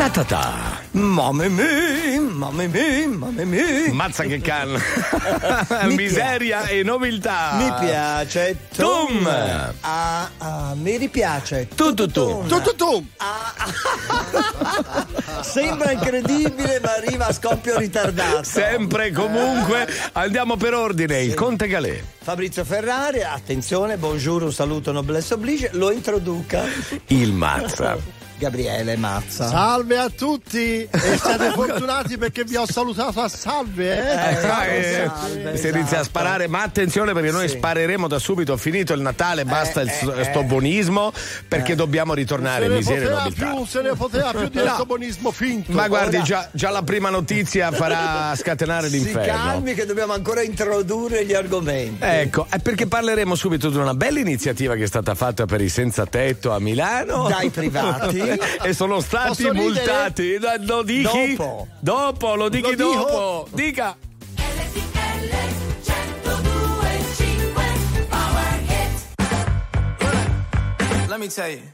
Ta-ta-ta. Mamma mia. Mazza che can. Miseria e nobiltà. Mi piace. Tum. Mi ripiace. Tu. Sembra incredibile, ma arriva a scoppio ritardato. Sempre e comunque. Andiamo per ordine. Il Conte Galè. Fabrizio Ferrari, attenzione, buongiorno, un saluto, noblesse oblige, lo introduca. Il Mazza. Gabriele Mazza. Salve a tutti e siate fortunati perché vi ho salutato a salve. Salve, si inizia a sparare, ma attenzione perché noi spareremo da subito, finito il Natale, basta sto buonismo perché dobbiamo ritornare miseria e nobiltà. Se ne poteva più di questo buonismo finto. Ma guardi, già la prima notizia farà scatenare l'inferno. Si calmi che dobbiamo ancora introdurre gli argomenti. Ecco, è perché parleremo subito di una bella iniziativa che è stata fatta per i senza tetto a Milano. Dai privati. E sono stati multati. Lo dichi? Dopo, lo dichi dopo. Dica. Let me tell you.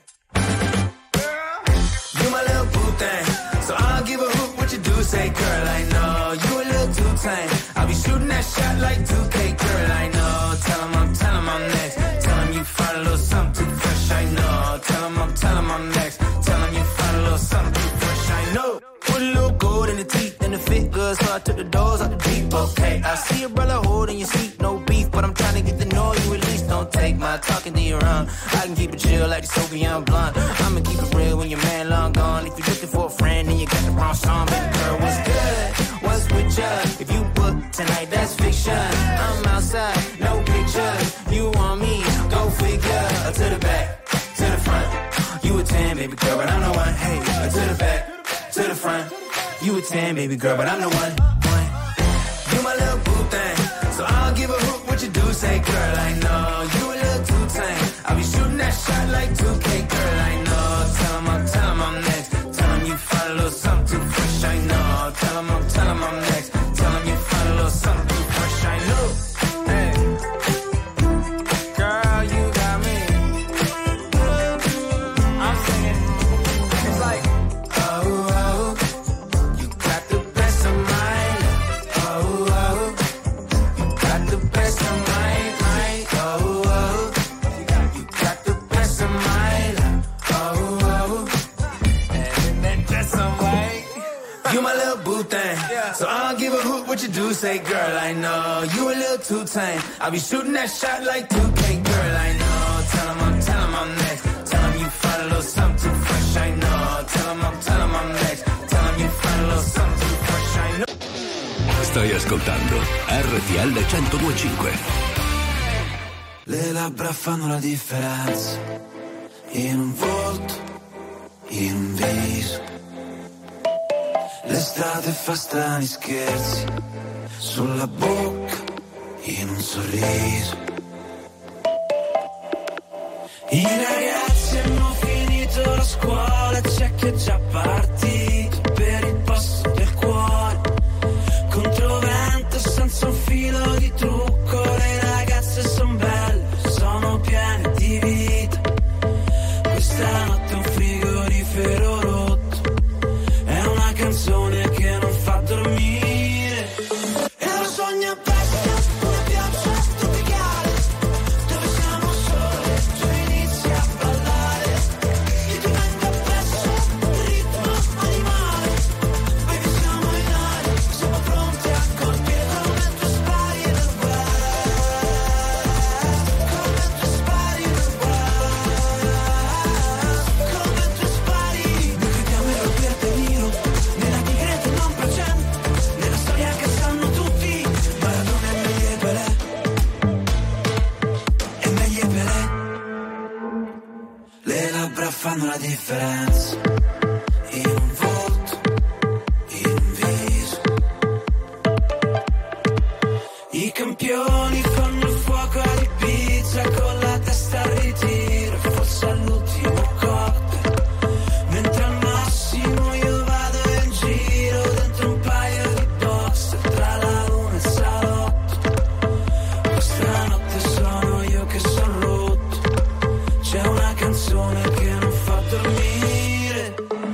You my little boo thing, so I don't give a hoot what you do. Say, girl, I know you a little too tame. I'll be shooting that shot like 2K, girl, I know. Tell 'em I'm next. Tell 'em you find a little something too fresh, I know. Tell 'em I'm next. Tell 'em you find a little something too fresh, I know. Put a little gold in the teeth and the fit good, so I took the doors out the deep, okay. I see a brother holding your seat, no beef, but I'm trying to get to know you at least. Don't take my talking to your own. I can keep it chill like the Soviet blunt. I'ma keep it real when your man long gone. If you're looking for a friend, then you got the wrong song. Baby girl, what's good? What's with ya? If you book tonight, that's fiction. I'm outside, no pictures. You want me? Go figure. To the back, to the front. You a 10, baby girl, but I'm the one. Hey, to the back, to the front. You a 10, baby girl, but I'm the one. You my little boo thing, so I don't give a hoot what you do. Say, girl, I know you a little too tame. I'll be shooting that shot like 2K, girl, I know. Tell 'em I'm next. Tell 'em you find a little something too fresh, I know. Tell 'em I'm next. Tell 'em you find a little something too fresh, I know. Hey, girl, you got me. I'm singing. It's like, oh, you got the best of mine. Oh, you got the best of mine. Oh, you got the best of mine. Oh, and that's alright. You my little boo thing, so I don't give a hoot what you do. Say, girl, I know you a little too tame. I'll be shooting that shot like 2K, girl, I know. Tell 'em I'm next. Tell 'em you find a little something too fresh, I know. Tell 'em I'm next. Tell 'em you find a little something too fresh, I know. Stai ascoltando RTL 102.5. Le labbra fanno la differenza in un volto, in un viso. L'estate fa strani scherzi sulla bocca, in un sorriso. I ragazzi hanno finito la scuola, c'è chi è già partito per il posto del cuore. Controvento senza un filo di trucco, le ragazze son belle, sono piene di vita. Questa notte un frigorifero rotto, è una canzone che non fa dormire. E lo sogno presto, una pioggia tropicale, dove siamo soli, tu inizi a ballare. Io ti metto appresso, ritmo animale. Baby siamo in aria, siamo pronti a colpire come tu spari nel web. Come tu spari nel web. Come tu spari. Noi crediamo in Roberto De Niro, nella tigre del non presente, nella storia che sanno tutti. Maradona è meglio e Pelé, è meglio e Pelé. Le labbra fanno la differenza in un volto, in un viso. I campioni fanno il fuoco all'Ibiza con la testa al ritiro, forse all'ultimo cocktail. Mentre al massimo io vado in giro dentro un paio di box tra la luna e il salotto. Questa notte sono io che sono rotto, c'è una canzone che non fa dormire.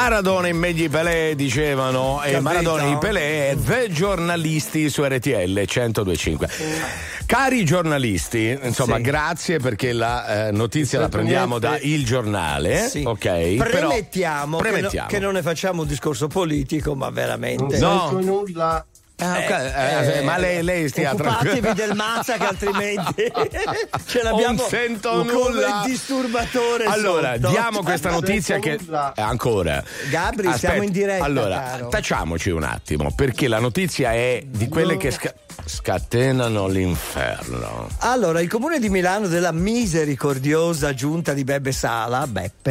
Maradona in Megli Pelé dicevano, e Maradona in Pelé è The Giornalisti su RTL 102.5. Cari giornalisti, insomma, grazie perché la notizia la prendiamo da Il Giornale, ok? Premettiamo che non ne facciamo un discorso politico, ma veramente. Non sento nulla. Ma lei stia occupatevi del Mazza che altrimenti ce l'abbiamo non sento come nulla disturbatore. Allora sotto. Diamo questa notizia che ancora Gabri, siamo in diretta. Allora caro. Tacciamoci un attimo, perché la notizia è di quelle che scatenano l'inferno. Allora, il comune di Milano della misericordiosa giunta di Beppe Sala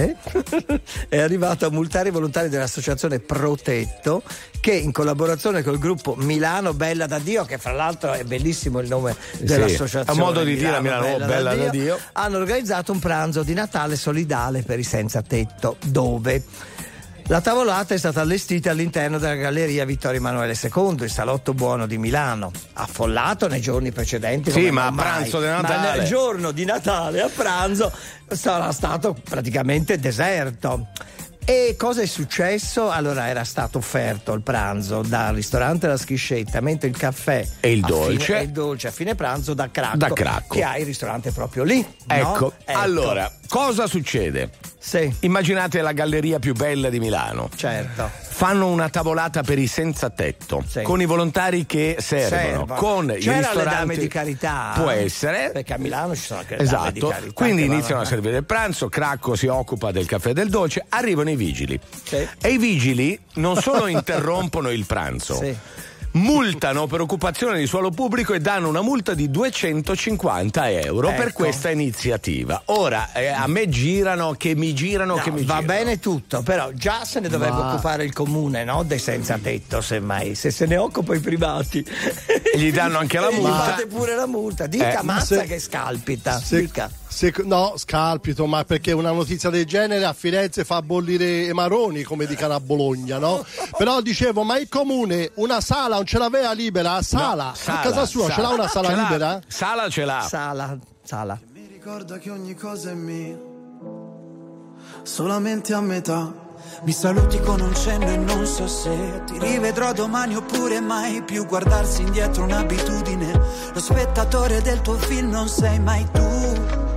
è arrivato a multare i volontari dell'associazione Protetto, che in collaborazione col gruppo Milano Bella da Dio, che fra l'altro è bellissimo il nome dell'associazione, a modo di dire a Milano Bella da Dio, hanno organizzato un pranzo di Natale solidale per i senza tetto, dove la tavolata è stata allestita all'interno della Galleria Vittorio Emanuele II, il salotto buono di Milano, affollato nei giorni precedenti. Sì, ma a pranzo di Natale, ma nel giorno di Natale a pranzo sarà stato praticamente deserto. E cosa è successo? Allora, era stato offerto il pranzo dal ristorante La Schiscetta, mentre il caffè e il dolce a fine pranzo da Cracco, che ha il ristorante proprio lì. Ecco. Allora, cosa succede? Sì. Immaginate la galleria più bella di Milano. Certo. Fanno una tavolata per i senza tetto, con i volontari che servono, con i ristoranti. Le dame di carità. Può essere. Perché a Milano ci sono anche le dame di carità. Quindi iniziano a servire il pranzo, Cracco si occupa del caffè e del dolce, arrivano i vigili. Sì. E i vigili non solo interrompono il pranzo, multano per occupazione di suolo pubblico e danno una multa di 250 euro per questa iniziativa. Ora a me girano. Va bene tutto, però già se ne dovrebbe occupare il comune, no? Dei senza tetto, semmai. Se ne occupa i privati gli danno anche la multa. Gli fate pure la multa. Dica Mazza che scalpita. Dica. No, scalpito, ma perché una notizia del genere a Firenze fa bollire i maroni, come dicano a Bologna, no? Però dicevo, ma il comune una sala non ce l'aveva libera? A casa sua ce l'ha una sala libera? Sala ce l'ha. Sala. Mi ricorda che ogni cosa è mia, solamente a metà. Mi saluti con un cenno e non so se ti rivedrò domani oppure mai più. Guardarsi indietro un'abitudine, lo spettatore del tuo film non sei mai tu.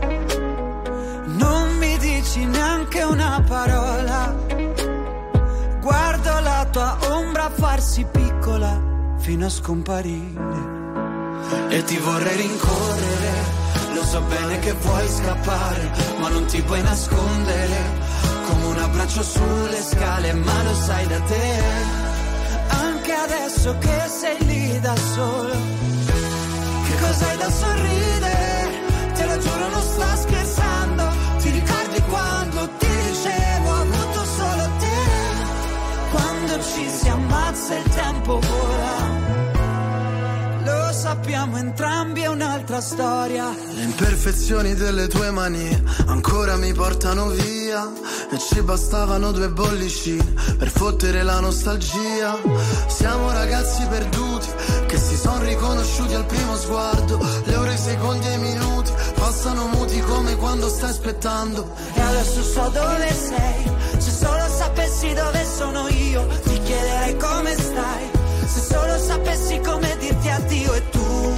Non mi dici neanche una parola, guardo la tua ombra farsi piccola fino a scomparire. E ti vorrei rincorrere, lo so bene che vuoi scappare, ma non ti puoi nascondere. Come un abbraccio sulle scale, ma lo sai da te. Anche adesso che sei lì da solo, che cos'hai da sorridere? Te lo giuro non sto scherzando. Ti ricordi quando ti dicevo ho avuto solo te? Quando ci si ammazza il tempo vola, lo sappiamo entrambi, è un'altra storia. Le imperfezioni delle tue mani ancora mi portano via, e ci bastavano 2 bollicine per fottere la nostalgia. Siamo ragazzi perduti che si son riconosciuti al primo sguardo. Le ore, i secondi e i minuti passano muti come quando stai aspettando. E adesso so dove sei, se solo sapessi dove sono io ti chiederei come stai. Se solo sapessi come dirti addio e tu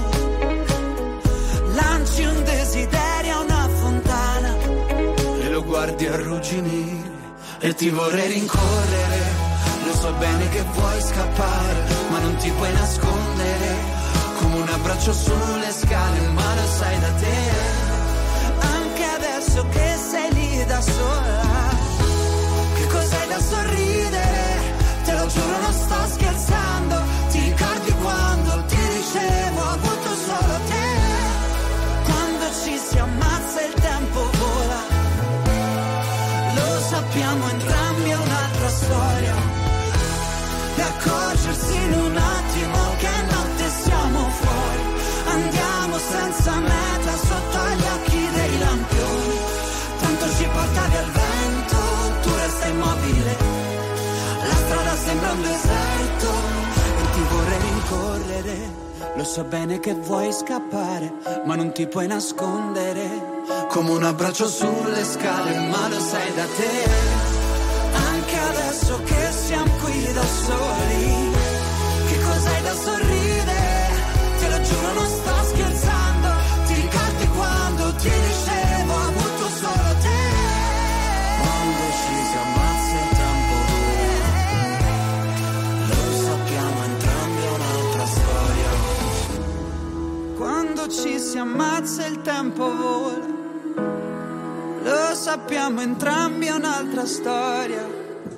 lanci un desiderio a una fontana e lo guardi arrugginire. E ti vorrei rincorrere, lo so bene che vuoi scappare, ma non ti puoi nascondere. Come un abbraccio sulle scale, ma lo sai da te. Anche adesso che sei lì da sola, che cos'hai da sorridere? Te lo giuro non sto scherzando. Ti ricordi quando ti dicevo ho avuto solo te? Quando ci si ammazza il tempo vola, lo sappiamo entrambi, è un'altra storia. E accorgersi in un attimo che notte siamo fuori, andiamo senza meta sotto gli occhi dei lampioni. Tanto ci portavi al vento, tu resta immobile, la strada sembra un deserto. E ti vorrei rincorrere, lo so bene che vuoi scappare, ma non ti puoi nascondere. Come un abbraccio sulle scale, ma lo sai da te. Anche adesso da soli. Che cos'hai da sorridere? Te lo giuro non sto scherzando. Ti ricordi quando ti dicevo ho avuto solo te? Quando ci si ammazza il tempo vola. Lo sappiamo entrambi è un'altra storia. Quando ci si ammazza il tempo vola. Lo sappiamo entrambi è un'altra storia.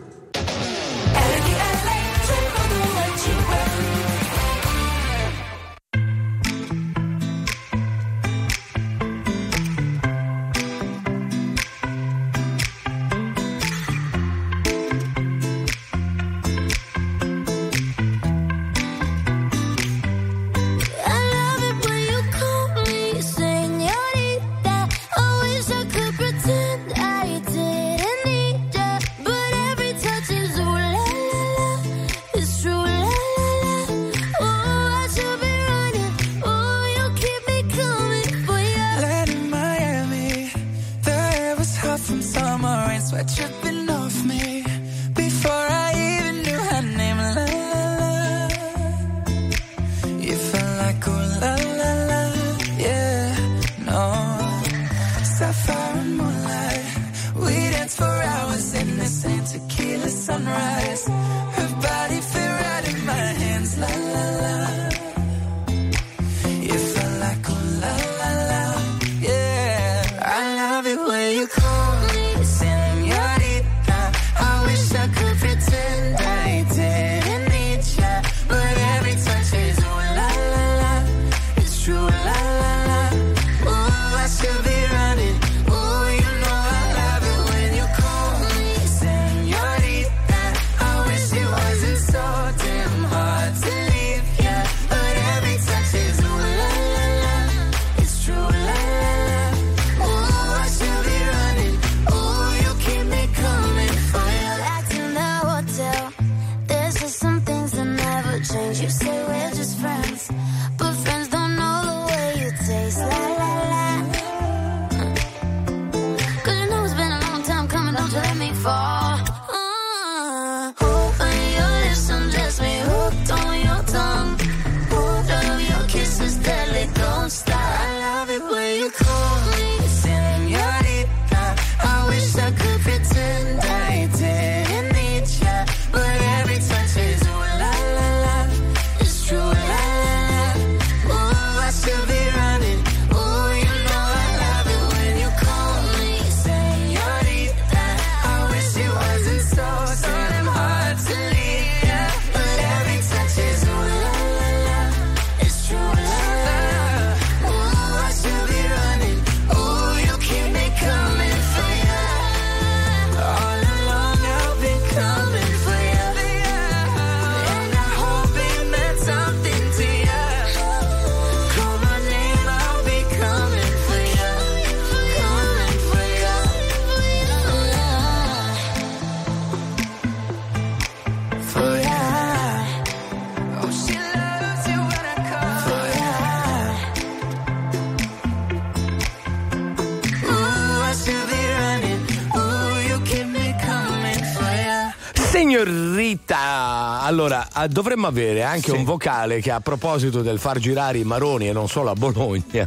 Signorita, allora dovremmo avere anche un vocale che a proposito del far girare i maroni e non solo a Bologna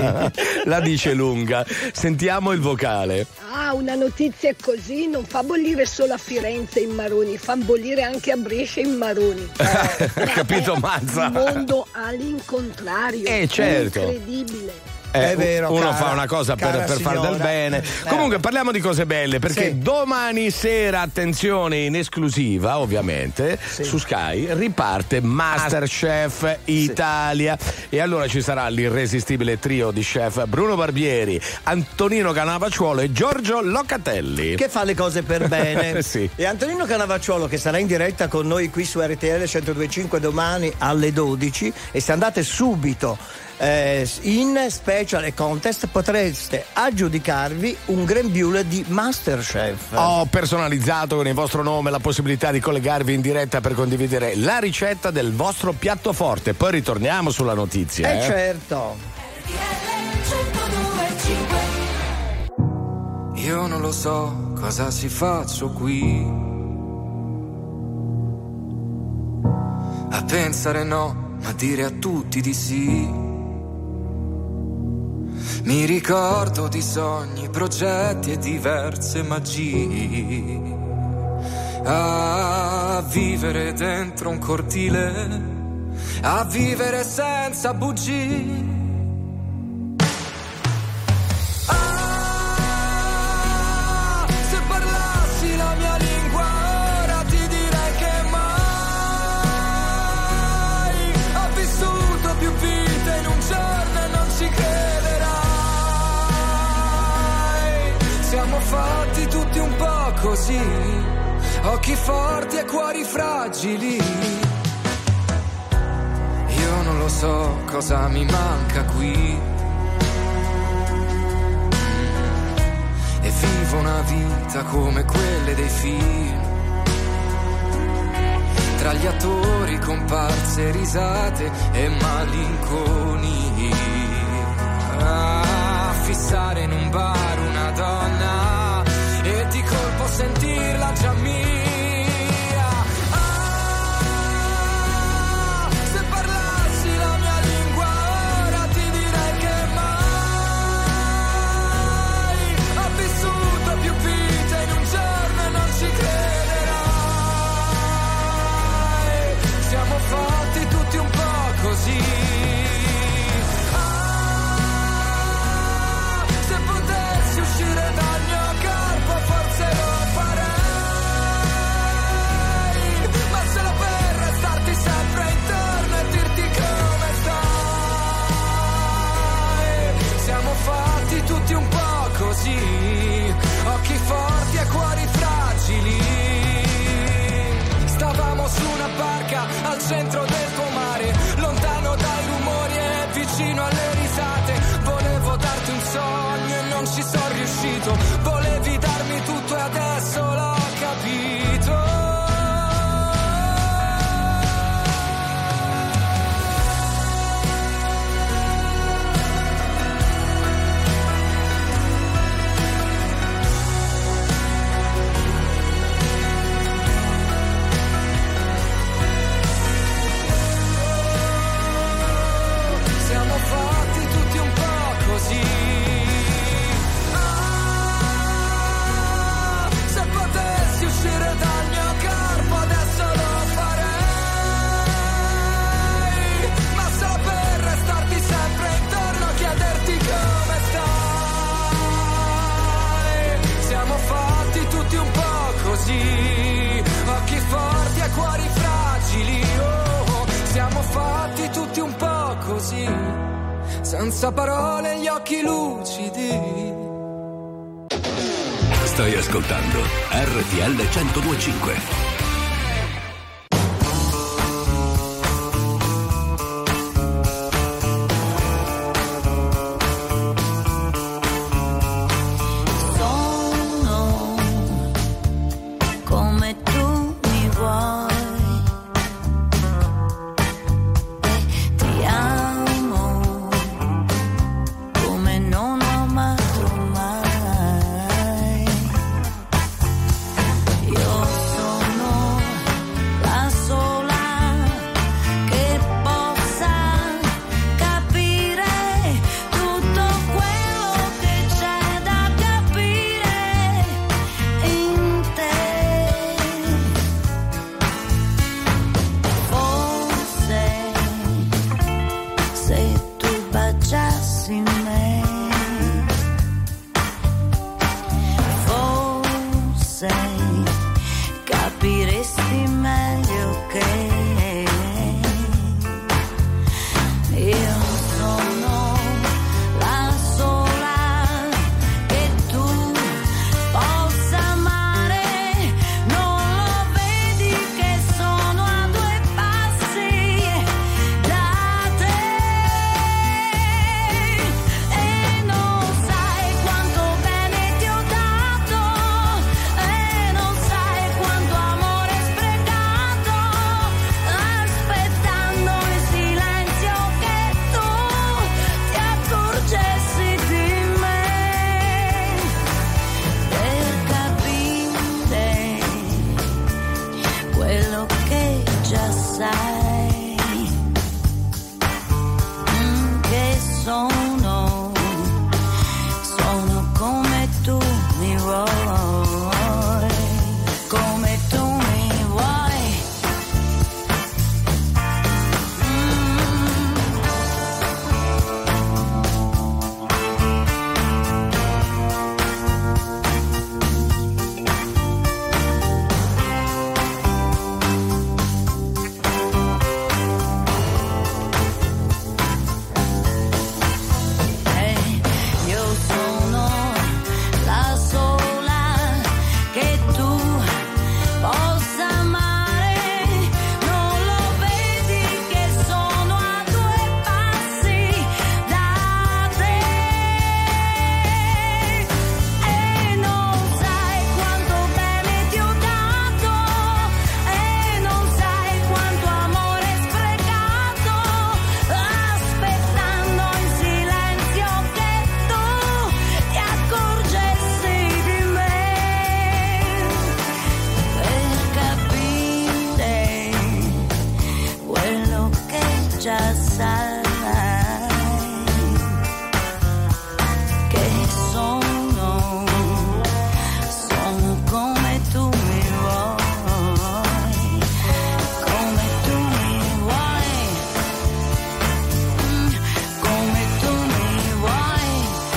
la dice lunga. Sentiamo il vocale. Una notizia così non fa bollire solo a Firenze i maroni, fa bollire anche a Brescia i maroni. Capito, Mazza? Il mondo all'incontrario. Certo. È incredibile. È vero, uno cara, fa una cosa per far del bene. Comunque parliamo di cose belle, perché domani sera, attenzione, in esclusiva ovviamente su Sky riparte MasterChef Italia e allora ci sarà l'irresistibile trio di chef Bruno Barbieri, Antonino Cannavacciuolo e Giorgio Locatelli, che fa le cose per bene. Sì. E Antonino Cannavacciuolo, che sarà in diretta con noi qui su RTL 102.5 domani alle 12, e se andate subito in special e contest potreste aggiudicarvi un grembiule di MasterChef personalizzato con il vostro nome, la possibilità di collegarvi in diretta per condividere la ricetta del vostro piatto forte. Poi ritorniamo sulla notizia. Certo. Io non lo so cosa si faccio qui, pensare no, ma dire a tutti di sì. Mi ricordo di sogni, progetti e diverse magie. A vivere dentro un cortile, a vivere senza bugie. Se parlassi la mia lingua ora ti direi che mai ho vissuto più vite in un giorno e non ci crederai. Siamo fatti tutti un po' così, occhi forti e cuori fragili. Io non lo so cosa mi manca qui, e vivo una vita come quelle dei film, tra gli attori, comparse, risate e malinconia. A fissare in un bar una donna e di colpo sentirla già mia. Se parlassi la mia lingua ora ti direi che mai ho vissuto più vite in un giorno e non ci crederai. Siamo fatti tutti un po' così. Se potessi uscire dal mio corpo forse lo farei, ma solo per restarti sempre intorno e dirti come stai. Siamo fatti tutti un po' così, occhi forti e cuori fragili. Stavamo su una barca al centro del pomare, lontano dai rumori e vicino alle risate. Volevo darti un sogno e non ci sono riuscito, volevi darmi tutto e adesso l'ho capito. Siamo fatti tutti un po' così. Se potessi uscire dal mio corpo adesso lo farei, ma solo per restarti sempre intorno, chiederti come stai. Siamo fatti tutti un po' così, occhi forti e cuori fragili. Oh, siamo fatti tutti un po' così, senza parole e gli occhi lucidi. Stai ascoltando RTL 102.5. Sono come tu mi vuoi, ti amo come non ho amato mai. Io sono sai che sono come tu mi vuoi, come tu mi vuoi, come tu mi vuoi,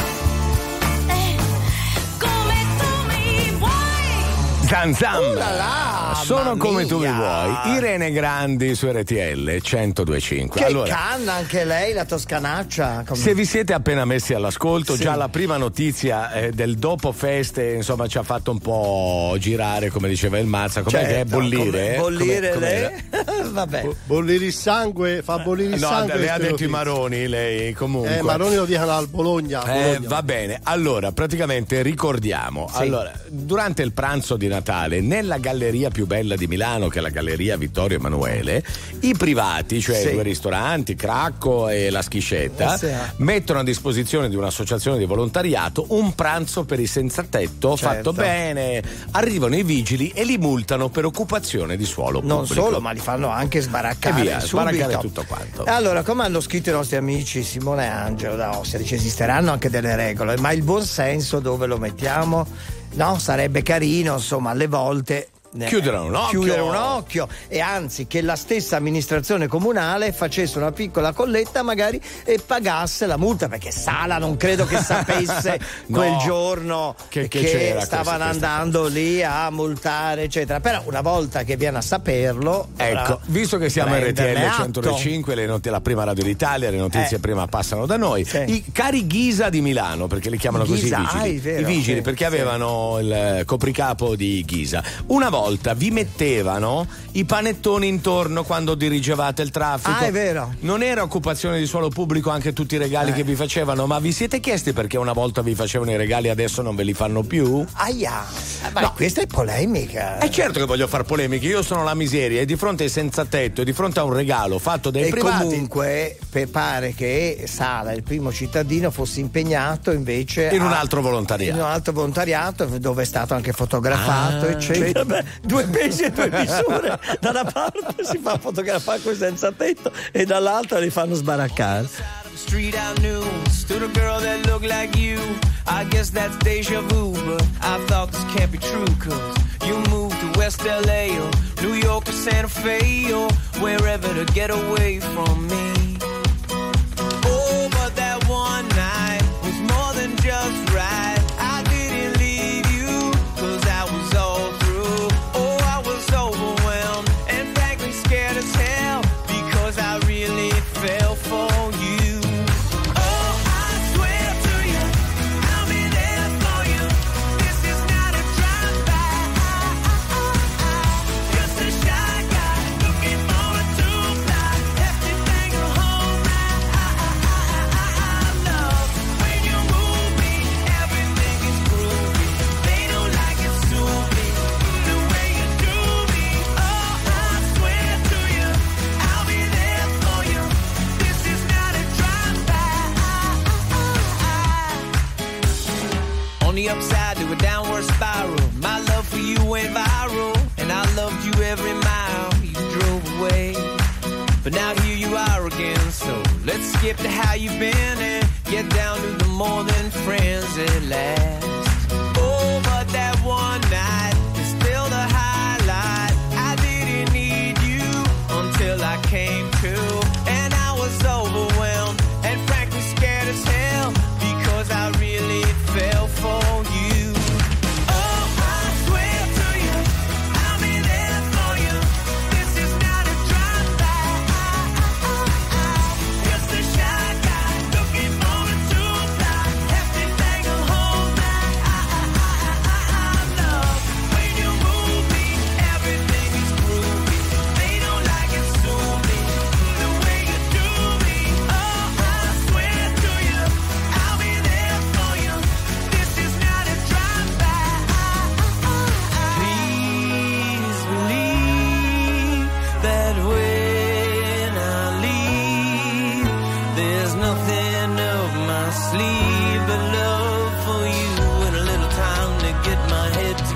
come tu mi vuoi. Zam zam. Sono come tu mi vuoi. Irene Grandi su RTL 102.5. Che allora, canna anche lei, la toscanaccia. Se vi siete appena messi all'ascolto, sì, già la prima notizia del dopo feste, insomma, ci ha fatto un po' girare, come diceva il Mazza. Com'è che è bollire? Bollire lei? Vabbè. Bollire il sangue, fa bollire il sangue. No, le ha detto i Maroni, lei comunque. Maroni lo dicono al Bologna. Va bene. Allora, praticamente ricordiamo. Sì. Allora, durante il pranzo di Natale, nella galleria più bella di Milano, che è la Galleria Vittorio Emanuele, i privati, cioè i due ristoranti, Cracco e La Schiscetta, mettono a disposizione di un'associazione di volontariato un pranzo per i senza tetto, fatto bene. Arrivano i vigili e li multano per occupazione di suolo pubblico. Non solo, ma li fanno anche sbaraccare. E via, sbaraccare tutto quanto. Allora, come hanno scritto i nostri amici Simone e Angelo da Ostia, dice esisteranno anche delle regole, ma il buon senso dove lo mettiamo? No, sarebbe carino, insomma, alle volte chiudere un occhio e anzi che la stessa amministrazione comunale facesse una piccola colletta magari e pagasse la multa, perché Sala non credo che sapesse quel giorno che stavano andando lì a multare eccetera, però una volta che viene a saperlo, ecco, visto che siamo in RTL 105, la prima radio d'Italia, le notizie prima passano da noi, i cari Ghisa di Milano, perché li chiamano così i vigili, perché avevano il copricapo di Ghisa, una volta vi mettevano i panettoni intorno quando dirigevate il traffico. È vero. Non era occupazione di suolo pubblico anche tutti i regali che vi facevano, ma vi siete chiesti perché una volta vi facevano i regali e adesso non ve li fanno più? Ma questa è polemica. È certo che voglio far polemiche, io sono la miseria e di fronte ai senza tetto e di fronte a un regalo fatto dai privati. Comunque pare che Sala, il primo cittadino, fosse impegnato invece in un altro volontariato. In un altro volontariato dove è stato anche fotografato, eccetera. Due pesi e due misure. Da una parte si fa fotografare con senza tetto e dall'altra li fanno sbaraccare. Street out new, stood a girl that looked like you. I guess that's deja vu, but I thought this can't be true, cause you moved to West LA or New York or Santa Fe or wherever to get away from me. Oh, but that one night was more than just right. I didn't leave you, cause I was all through. Oh, I was overwhelmed and frankly scared as hell, because I really fell for you. The upside to a downward spiral. My love for you went viral, and I loved you every mile you drove away. But now here you are again, so let's skip to how you've been and get down to the more than friends at last. Oh, but that one night is still the highlight. I didn't need you until I came to, and I was overwhelmed and frankly scared as hell, because I really fell for you.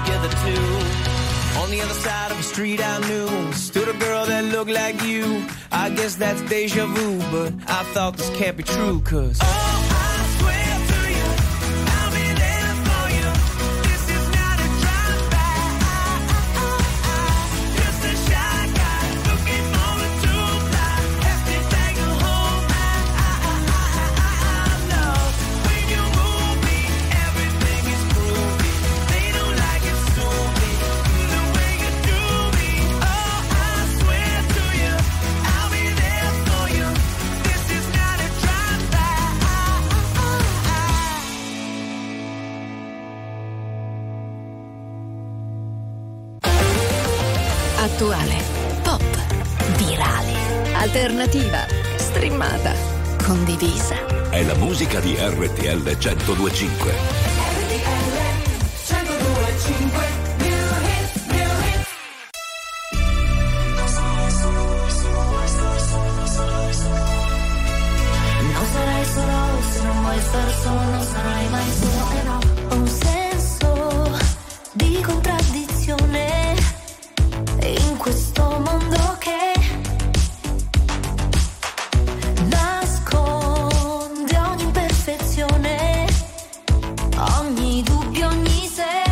Street I knew, stood a girl that looked like you. I guess that's deja vu, but I thought this can't be true, 'cause attuale, pop, virale, alternativa, streamata, condivisa. È la musica di RTL 102.5. Non sarai solo se non vuoi star solo, non sarai mai solo, no. Ho un senso di contraddizione in questo mondo che nasconde ogni imperfezione, ogni dubbio, ogni se.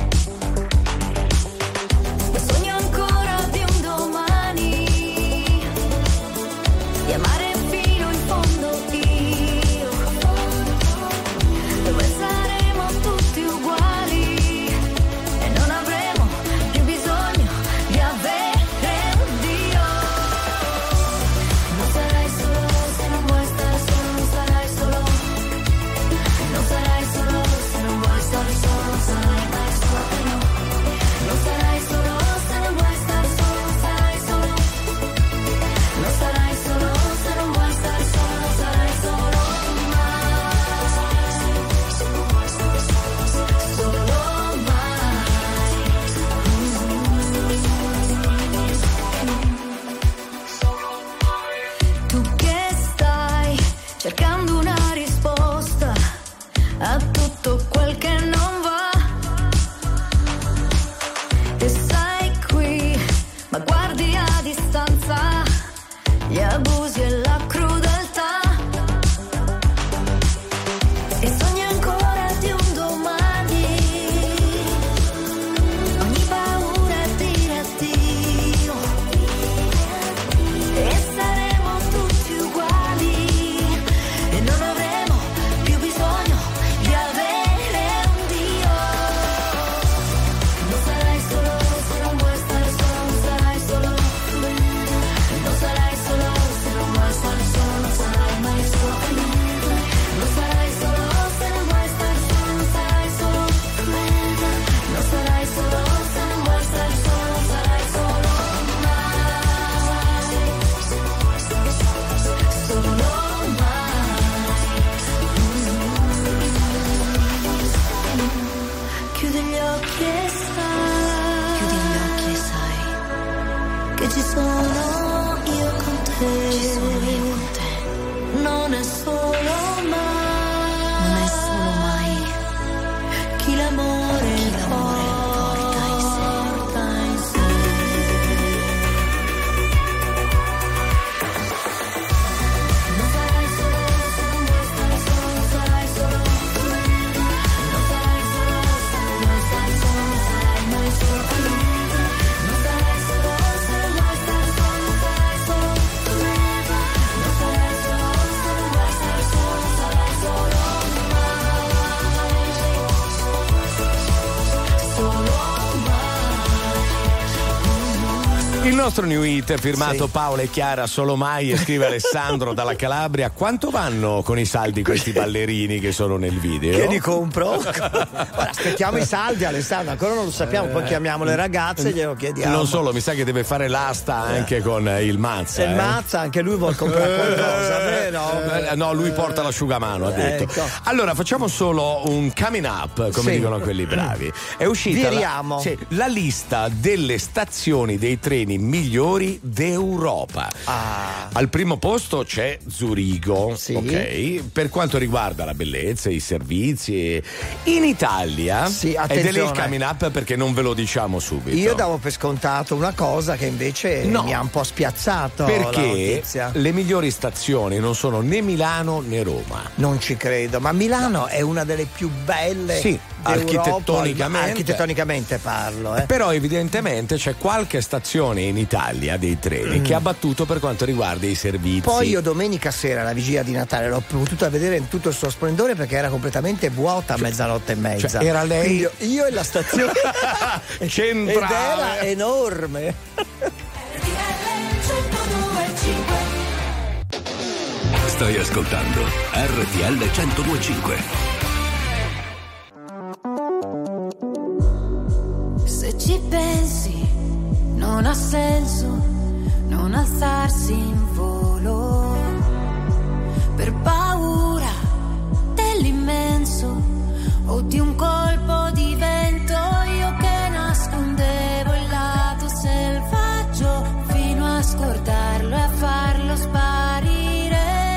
Sogno ancora di un domani, di amare fino in fondo io, dove saremo tutti uguali e non avremo più bisogno di avere un Dio. Non sarai solo se non vuoi stare solo, non sarai solo. Non sarai solo se non vuoi stare solo, non sarai mai solo, no. Non sarai solo se non vuoi stare solo, non sarai solo. Non sarai solo se non vuoi stare solo, non sarai solo mai. Solo mai. Tu che stai cercando una risposta a tutto quel che non va, e sei qui ma guardi a distanza gli abusi e la crudeltà, e sogni ancora di un domani, ogni paura è dire addio, e saremo tutti uguali e non avremo più bisogno di avere un Dio. Non sarai solo se non vuoi stare solo, non sarai solo. Non sarai solo se non vuoi stare solo, non sarai mai solo. Non sarai solo se non vuoi stare solo, non sarai solo. Non sarai solo se non vuoi stare solo, non sarai solo mai. Solo mai. Chiudi gli occhi e sai. Chiudi gli occhi e sai che ci sono io con te. Ci sono io con te. Non è solo mai. Non è solo mai. Chi l'amore porta in sé. Non sarai solo se non vuoi stare solo, non sarai solo. Non sarai solo se non vuoi stare solo, non sarai mai solo. Non sarai solo se non vuoi stare solo, non sarai solo. Non sarai solo se non vuoi stare solo, non sarai solo mai. Solo Il nostro new hit firmato Paola e Chiara, Solo mai, e scrive Alessandro dalla Calabria. Quanto vanno con i saldi questi ballerini che sono nel video? Che li compro? Ora aspettiamo i saldi, Alessandro, ancora non lo sappiamo, poi chiamiamo le ragazze e glielo chiediamo. Non solo, mi sa che deve fare l'asta anche con il Mazza. Il Mazza, anche lui vuol comprare qualcosa, vero? No, lui porta l'asciugamano, ha detto. Ecco. Allora, facciamo solo un coming up, come Sì. dicono quelli bravi. È uscita Viriamo. la lista delle stazioni dei treni migliori d'Europa. Al primo posto c'è Zurigo, Sì. ok? Per quanto riguarda la bellezza, i servizi, in Italia, Sì, ed è lì il attenzione. coming up perché non ve lo diciamo subito. Io davo per scontato una cosa che invece No. mi ha un po' spiazzato la Perché notizia. le migliori stazioni non sono né Milano né Roma. Non ci credo, ma Milano è una delle più belle Sì, d'Europa, architettonicamente. architettonicamente parlo. Però evidentemente c'è qualche stazione in Italia dei treni che ha battuto per quanto riguarda i servizi. Poi io domenica sera, la vigilia di Natale, l'ho potuta vedere in tutto il suo splendore perché era completamente vuota a mezzanotte e mezza. Cioè, era lei? Quindi io e la stazione Centrale. ed era enorme. Stai ascoltando RTL 102.5. Se ci pensi, non ha senso non alzarsi in volo per paura dell'immenso o di un colpo di vento. Io che nascondevo il lato selvaggio fino a scordarlo e a farlo sparire.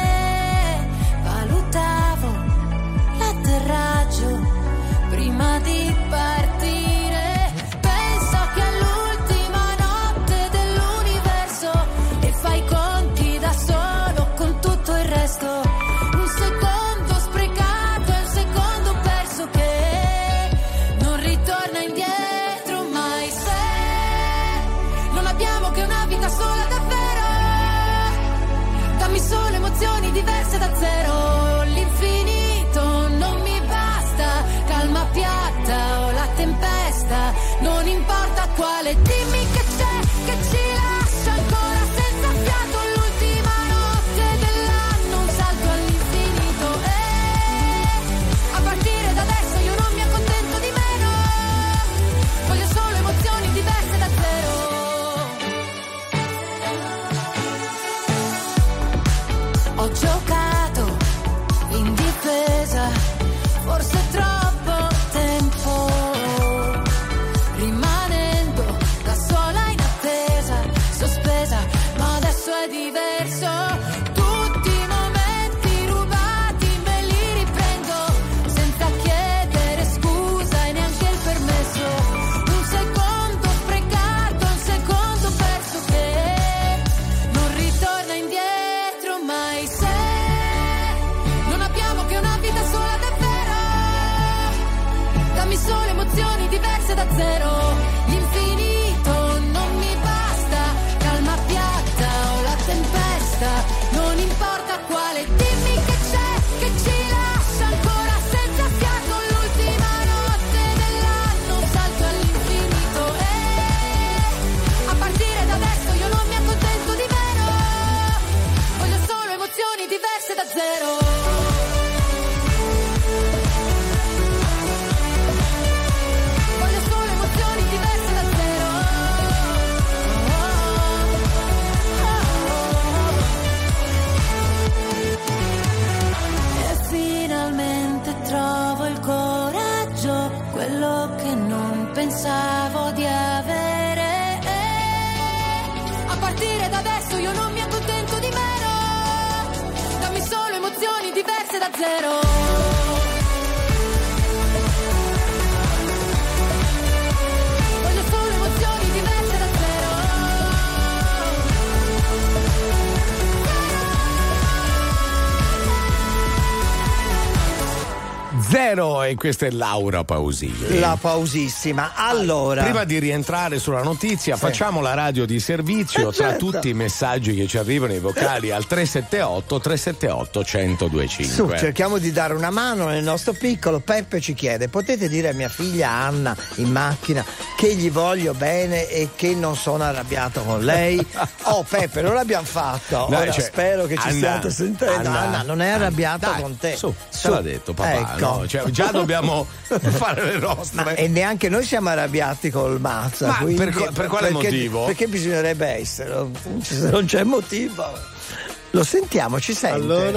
Valutavo l'atterraggio prima di partire. Penso che all'ultima notte dell'universo e fai i conti da solo con tutto il resto. Un secondo sprecato e un secondo perso che non ritorna indietro mai. Se non abbiamo che una vita sola davvero, dammi solo emozioni diverse da zero. L'infinito non mi basta, calma piatta o la tempesta, non importa quale. Dimmi che c'è, che ci lascia ancora senza fiato. L'ultima notte dell'anno, un salto all'infinito. A partire da adesso io non mi accontento di meno, voglio solo emozioni diverse da zero. Ho giocato in difesa, forse troppo tempo, rimanendo da sola in attesa, sospesa, ma adesso è diverso. Tutti i momenti rubati me li riprendo, senza chiedere scusa e neanche il permesso. Un secondo sprecato, un secondo perso che non ritorna indietro mai. Se non abbiamo che una vita sola davvero, dammi solo emozioni diverse da zero. L'infinito non mi basta, calma piatta o la tempesta, non importa quale. Dimmi che c'è, che ci lascia ancora senza fiato. L'ultima notte dell'anno, un salto all'infinito. A partire da adesso io non mi accontento di meno, voglio solo emozioni diverse da zero. Voglio solo emozioni diverse da zero. E finalmente trovo il coraggio, quello che non pensavo di avere. A partire da adesso io non mi accontento di meno, dammi solo emozioni diverse da zero. Voglio solo emozioni diverse da zero. Zero, e questa è Laura Pausini. La pausissima. Allora, Prima di rientrare sulla notizia, Sì. facciamo la radio di servizio tra certo. tutti i messaggi che ci arrivano, i vocali al 378-378-1025. su, cerchiamo di dare una mano nel nostro piccolo. Peppe ci chiede: potete dire a mia figlia Anna in macchina che gli voglio bene e che non sono arrabbiato con lei? Oh Peppe, non l'abbiamo fatto. No, Ora cioè, spero che ci Anna, stiate sentendo. Anna non è arrabbiata dai, con te. Su, ce l'ha detto papà, ecco. no? Cioè, già dobbiamo fare le nostre. Ma, e neanche noi siamo arrabbiati col Mazza. Ma quindi, per quale motivo? Perché bisognerebbe essere? Se non c'è motivo. Lo sentiamo, ci sente?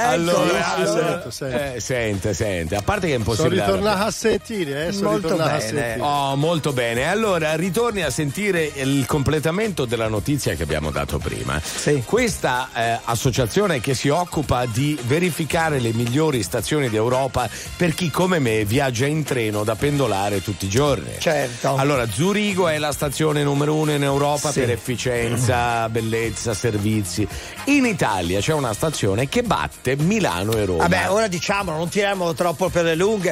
Sente. A parte che è impossibile. Sono ritornato a sentire, molto bene. Oh, molto bene. Allora, ritorni a sentire il completamento della notizia che abbiamo dato prima. Sì. Questa associazione che si occupa di verificare le migliori stazioni d'Europa per chi come me viaggia in treno da pendolare tutti i giorni. Certo. Allora, Zurigo è la stazione numero 1 in Europa per efficienza, bellezza, servizi. In Italia c'è una stazione che batte Milano e Roma. Vabbè, ora diciamolo, non tiriamolo troppo per le lunghe.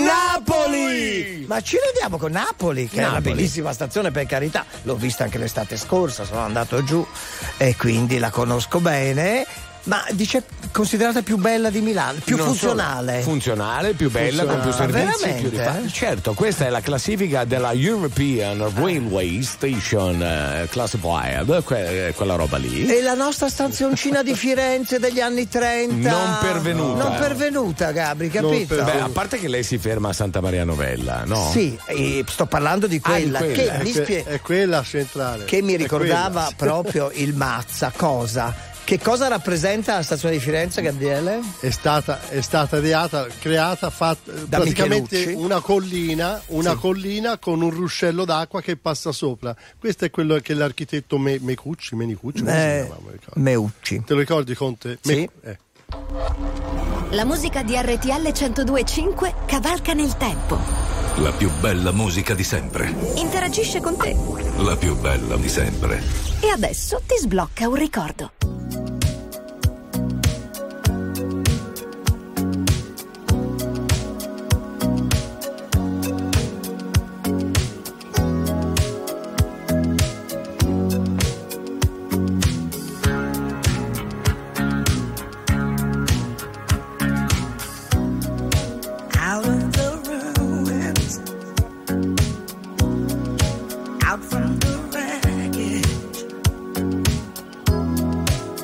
Napoli! Ma ci rendiamo con Napoli, che è una bellissima stazione, per carità. L'ho vista anche l'estate scorsa, sono andato giù e quindi la conosco bene. Ma dice considerata più bella di Milano, più funzionale. Funzionale, più bella, con più servizi, più certo, questa è la classifica della European Railway Station Classified, quella roba lì. E la nostra stazioncina di Firenze degli anni 30 non pervenuta, Gabri, capito? Beh, a parte che lei si ferma a Santa Maria Novella, no? Sì, sto parlando di quella, che è quella centrale. Che mi ricordava proprio il Mazza. Che cosa rappresenta la stazione di Firenze, Gabriele? È stata creata praticamente Michelucci. una collina con un ruscello d'acqua che passa sopra. Questo è quello che l'architetto Menicucci, Meucci. Te lo ricordi, Conte? Sì. La musica di RTL 102.5 cavalca nel tempo. La più bella musica di sempre. Interagisce con te. La più bella di sempre. E adesso ti sblocca un ricordo. Out from the wreckage,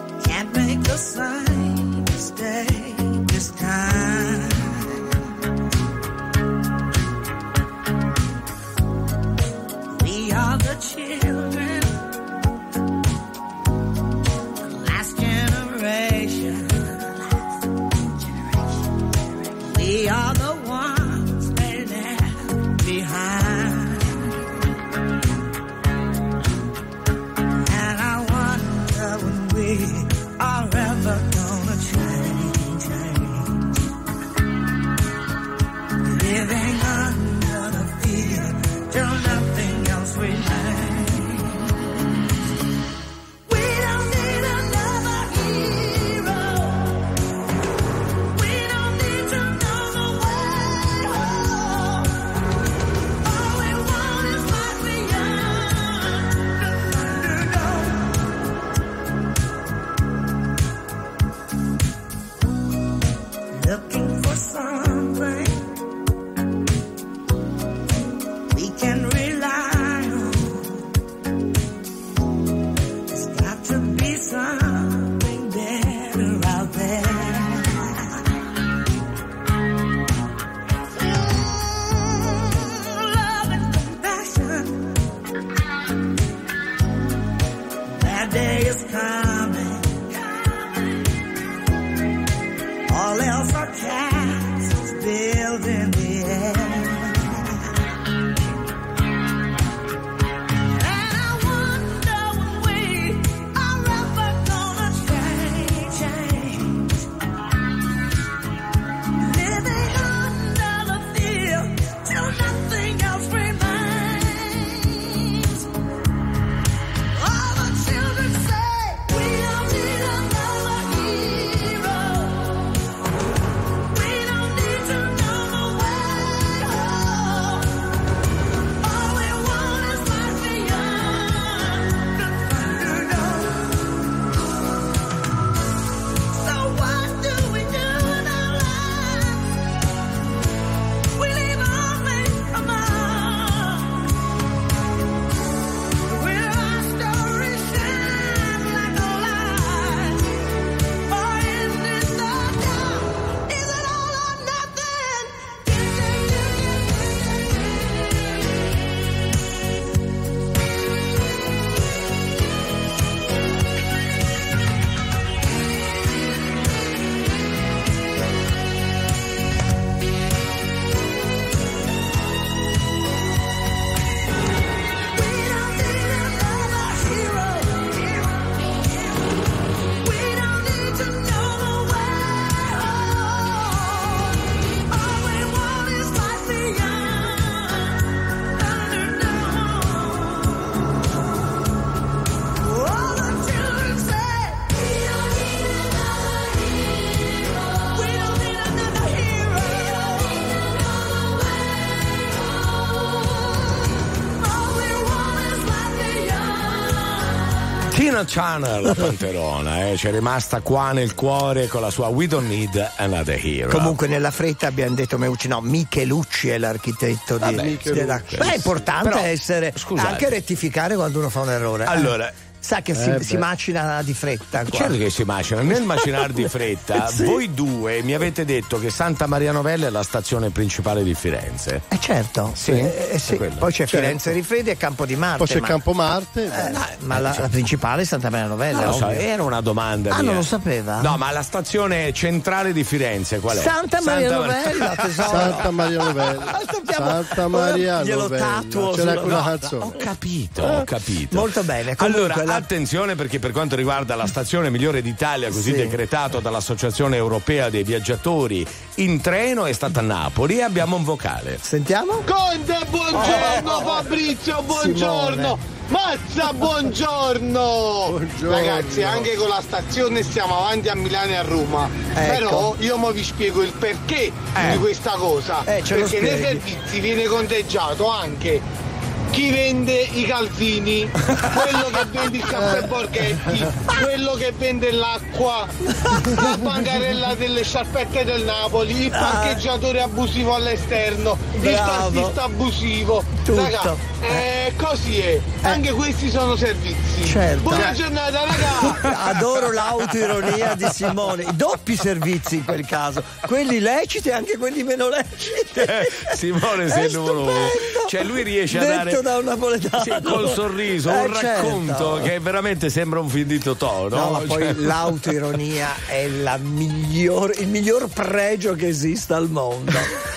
Tina Turner, la panterona, c'è rimasta qua nel cuore con la sua We Don't Need Another Hero. Comunque nella fretta abbiamo detto Michelucci è l'architetto della... Beh, è importante però, essere, scusate, anche rettificare quando uno fa un errore. Allora, sa che si macina di fretta qua. Certo che si macina. Nel macinare di fretta sì. Voi due mi avete detto che Santa Maria Novella è la stazione principale di Firenze. Certo sì. Sì. Poi c'è Firenze Rifredi e Campo di Marte. Poi c'è Campo Marte ma la principale è Santa Maria Novella. So, era una domanda mia. Non lo sapeva? No, ma la stazione centrale di Firenze qual è? Santa Maria Novella, tesoro. Santa Maria Novella. Santa Maria glielo Novella. Tatuo C'era quella canzone. Ho capito. Molto bene. Allora, attenzione, perché per quanto riguarda la stazione migliore d'Italia, così decretato dall'Associazione Europea dei Viaggiatori in treno, è stata a Napoli, e abbiamo un vocale. Sentiamo? Conte, buongiorno. Fabrizio, buongiorno. Mazza, buongiorno. Ragazzi, anche con la stazione stiamo avanti a Milano e a Roma. Però io mo vi spiego il perché di questa cosa. Perché nei servizi viene conteggiato anche chi vende i calzini, quello che vende il caffè Borghetti, quello che vende l'acqua, la bancarella delle sciarpette del Napoli, il parcheggiatore abusivo all'esterno, il tassista abusivo. Raga, così è. Anche questi sono servizi. Certo. Buona giornata, raga. Adoro l'autoironia di Simone. I doppi servizi in quel caso, quelli leciti e anche quelli meno leciti. Simone sei il numero uno. Cioè lui riesce a dare da un napoletano. Sì, col sorriso, un racconto che veramente sembra un film di Totò, no? Ma poi l'autoironia è il miglior pregio che esista al mondo.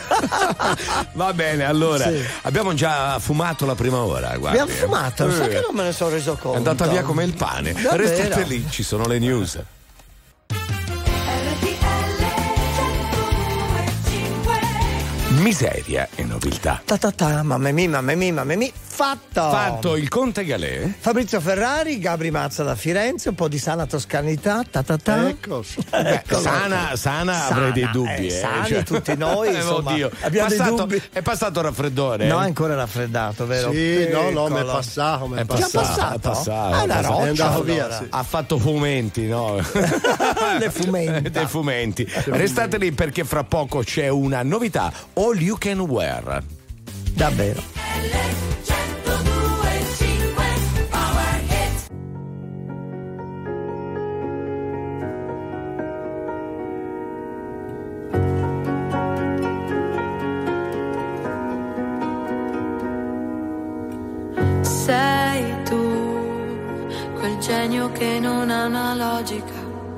Va bene, allora abbiamo già fumato la prima ora, guardi. Abbiamo fumato, sai che non me ne sono reso conto. È andata via come il pane. Davvero? Restate lì, ci sono le news. Miseria e nobiltà. Mamma mia. Fatto il Conte Galè. Fabrizio Ferrari, Gabri Mazza da Firenze, un po' di sana toscanità. Ecco. Sana avrei dei dubbi. Sani tutti noi, insomma. Oddio. Abbiamo dei dubbi. È passato il raffreddore? No, è ancora raffreddato, vero? Sì, no, mi è passato. È una roccia. È andato via. Ha fatto fumenti, no? Le fumenti. Dei fumenti. Restate lì perché fra poco c'è una novità. All You Can Wear. Davvero. Sei tu, quel genio che non ha una logica.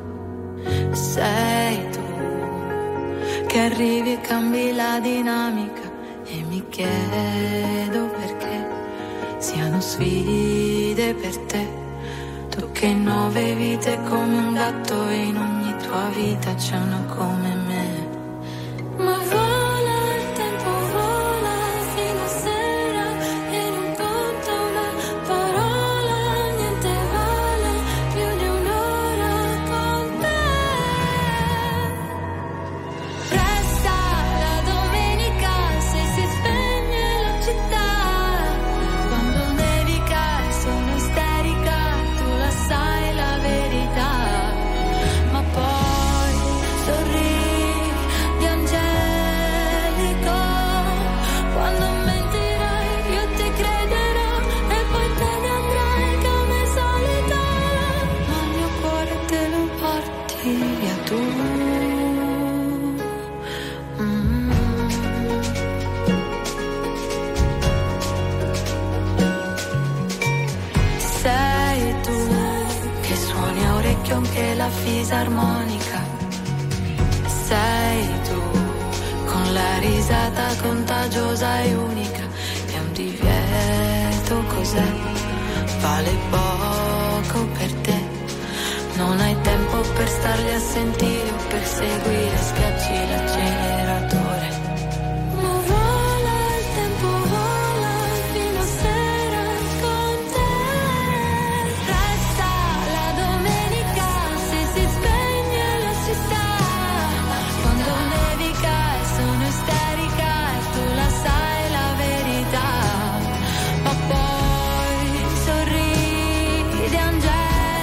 Sei tu, che arrivi e cambi la dinamica. E mi chiedo perché siano sfide per te. Tu che in 9 vite come un gatto e in ogni tua vita c'è una come me. Ma vola il tempo, vola fino a sera e non conta una parola, niente vale più di un'ora con te. Resta la domenica se si spegne la città, quando nevica sono isterica, tu la sai la verità, ma poi sorridi angelico, quando mentirai io ti crederò e poi te ne andrai come solita, ma il mio cuore te lo porti via tu. Sei tu che suoni a orecchio anche la fisarmonica. Sei tu con la risata contagiosa e unica. È un divieto, cos'è? Vale poco per te. Non hai tempo per starli a sentire o per seguire, schiacci l'acceleratore. Ma vola il tempo, vola fino a sera con te. Resta la domenica se si spegne la città, quando nevica sono isterica e tu la sai la verità, ma poi sorridi angelico,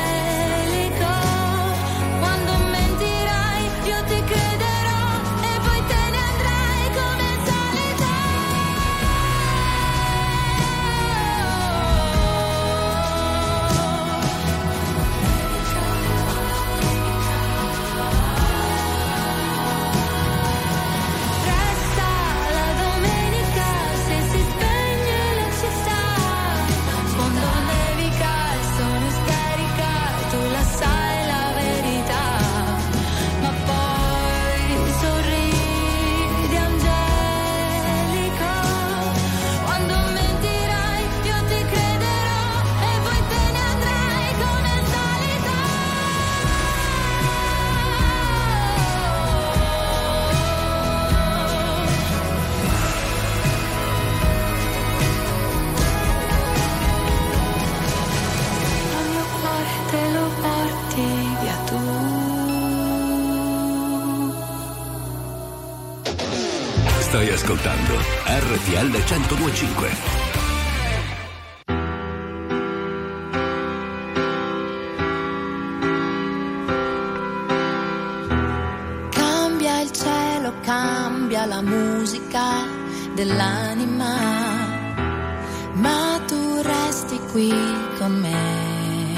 Stai ascoltando RTL 102.5. Cambia il cielo, cambia la musica dell'anima, ma tu resti qui con me.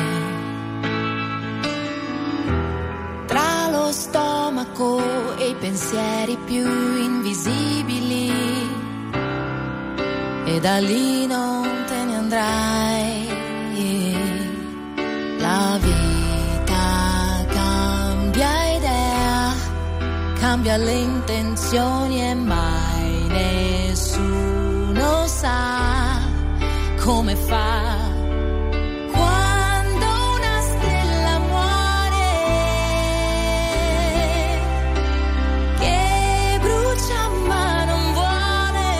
Tra lo stomaco e i pensieri più invisibili, e da lì non te ne andrai. La vita cambia idea, cambia le intenzioni e mai nessuno sa come fa. Quando una stella muore, che brucia ma non vuole,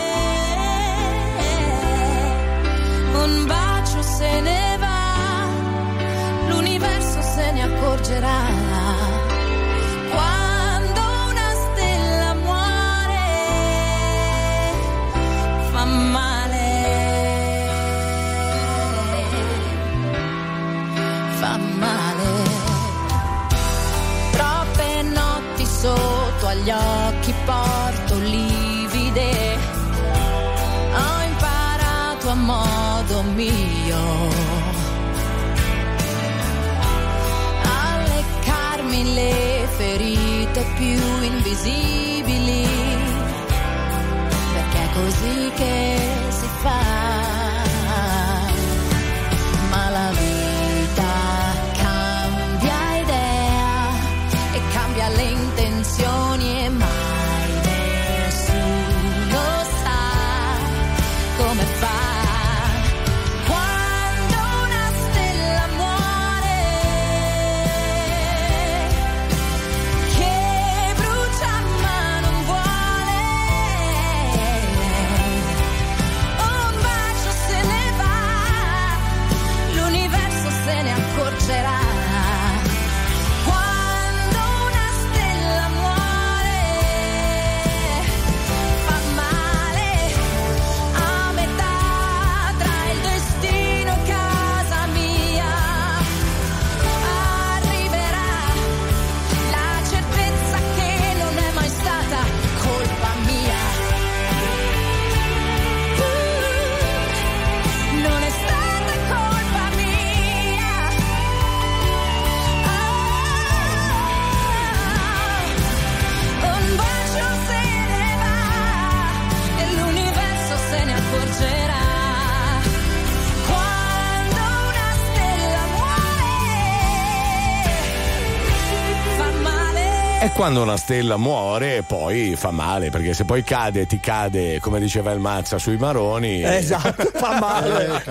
un bacio se ne va, l'universo se ne accorgerà. Sotto agli occhi porto livide, ho imparato a modo mio a leccarmi le ferite più invisibili, perché è così che si fa. Ma la vita cambia idea e cambia le intenzioni e mai nessuno sa come fa. Quando una stella muore, che brucia ma non vuole, un bacio se ne va, l'universo se ne accorgerà. E quando una stella muore poi fa male, perché se poi cade, ti cade, come diceva il Mazza, sui maroni. Esatto, fa male.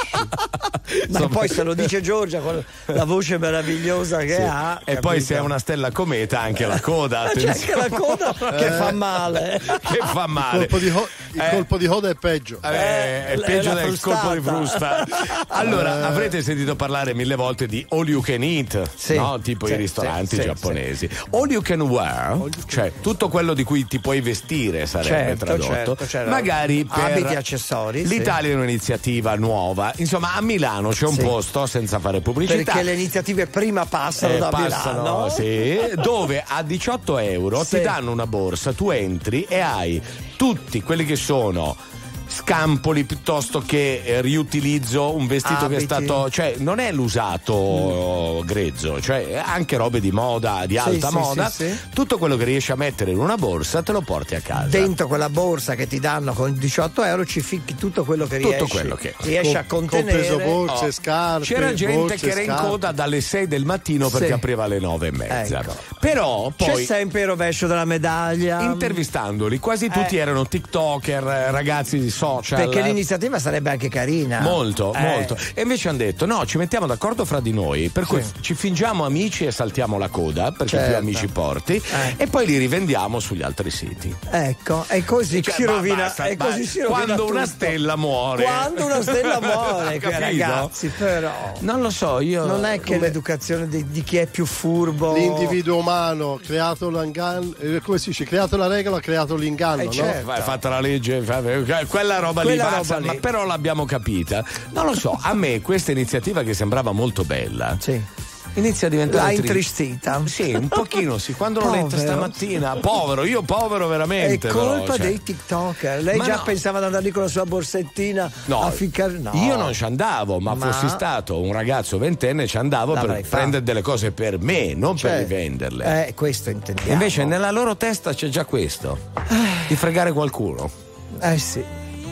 Capisci? Ma poi se lo dice Giorgia con la voce meravigliosa che ha. E poi se è una stella cometa anche la coda. C'è anche la coda che fa male. Che fa male. Il colpo di coda è peggio. È peggio del colpo di frusta. Allora, avrete sentito parlare 1000 volte di all you can eat, no? Tipo i ristoranti giapponesi. All you can wear, cioè tutto quello di cui ti puoi vestire sarebbe tradotto. Magari per abiti, accessori. L'Italia è un'iniziativa nuova. Insomma, a Milano c'è un posto, senza fare pubblicità, perché le iniziative prima passano da Milano, dove a 18 euro ti danno una borsa, tu entri e hai tutti quelli che sono scampoli piuttosto che riutilizzo, un vestito che è stato, cioè non è l'usato grezzo, cioè anche robe di moda, di alta moda, tutto quello che riesci a mettere in una borsa te lo porti a casa. Dentro quella borsa che ti danno con 18 euro ci ficchi tutto quello che riesci, quello che riesci a contenere. Compreso borse, scarpe. C'era gente che era in coda dalle 6 del mattino perché apriva alle 9:30. Ecco. Però poi c'è sempre il rovescio della medaglia. Intervistandoli quasi tutti erano TikToker, ragazzi di social. Perché l'iniziativa sarebbe anche carina. Molto. E invece hanno detto no, ci mettiamo d'accordo fra di noi, per cui ci fingiamo amici e saltiamo la coda perché più amici porti e poi li rivendiamo sugli altri siti. Ecco, e così si rovina. E così si rovina quando tutto. Una stella muore. Quando una stella muore, ragazzi, però. Non lo so, io. Non è che l'educazione di chi è più furbo. L'individuo umano umano, creato come si dice? Creato la regola, ha creato l'inganno, certo. no? Hai fatto la legge, quella roba lì basta, ma però l'abbiamo capita. Non lo so, a me questa iniziativa che sembrava molto bella. Sì. Inizia a diventare l'ha intristita. Sì, un pochino sì. Quando l'ho letta stamattina, povero veramente. È colpa però, dei TikToker. Lei già pensava ad andare lì con la sua borsettina a ficcare. No. Io non ci andavo, ma fossi stato un ragazzo ventenne ci andavo per prendere delle cose per me, non per rivenderle. Questo intendiamo. Invece nella loro testa c'è già questo. Di fregare qualcuno. Sì.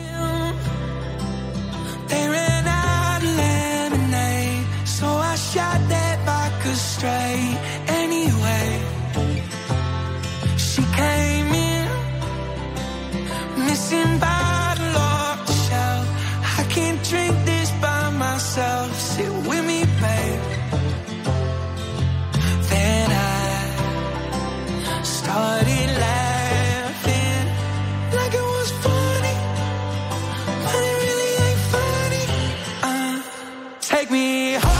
They ran out of lemonade, so I shot that straight anyway. She came in missing bottle off the shelf. I can't drink this by myself. Sit with me, babe. Then I started laughing like it was funny, but it really ain't funny. Take me home.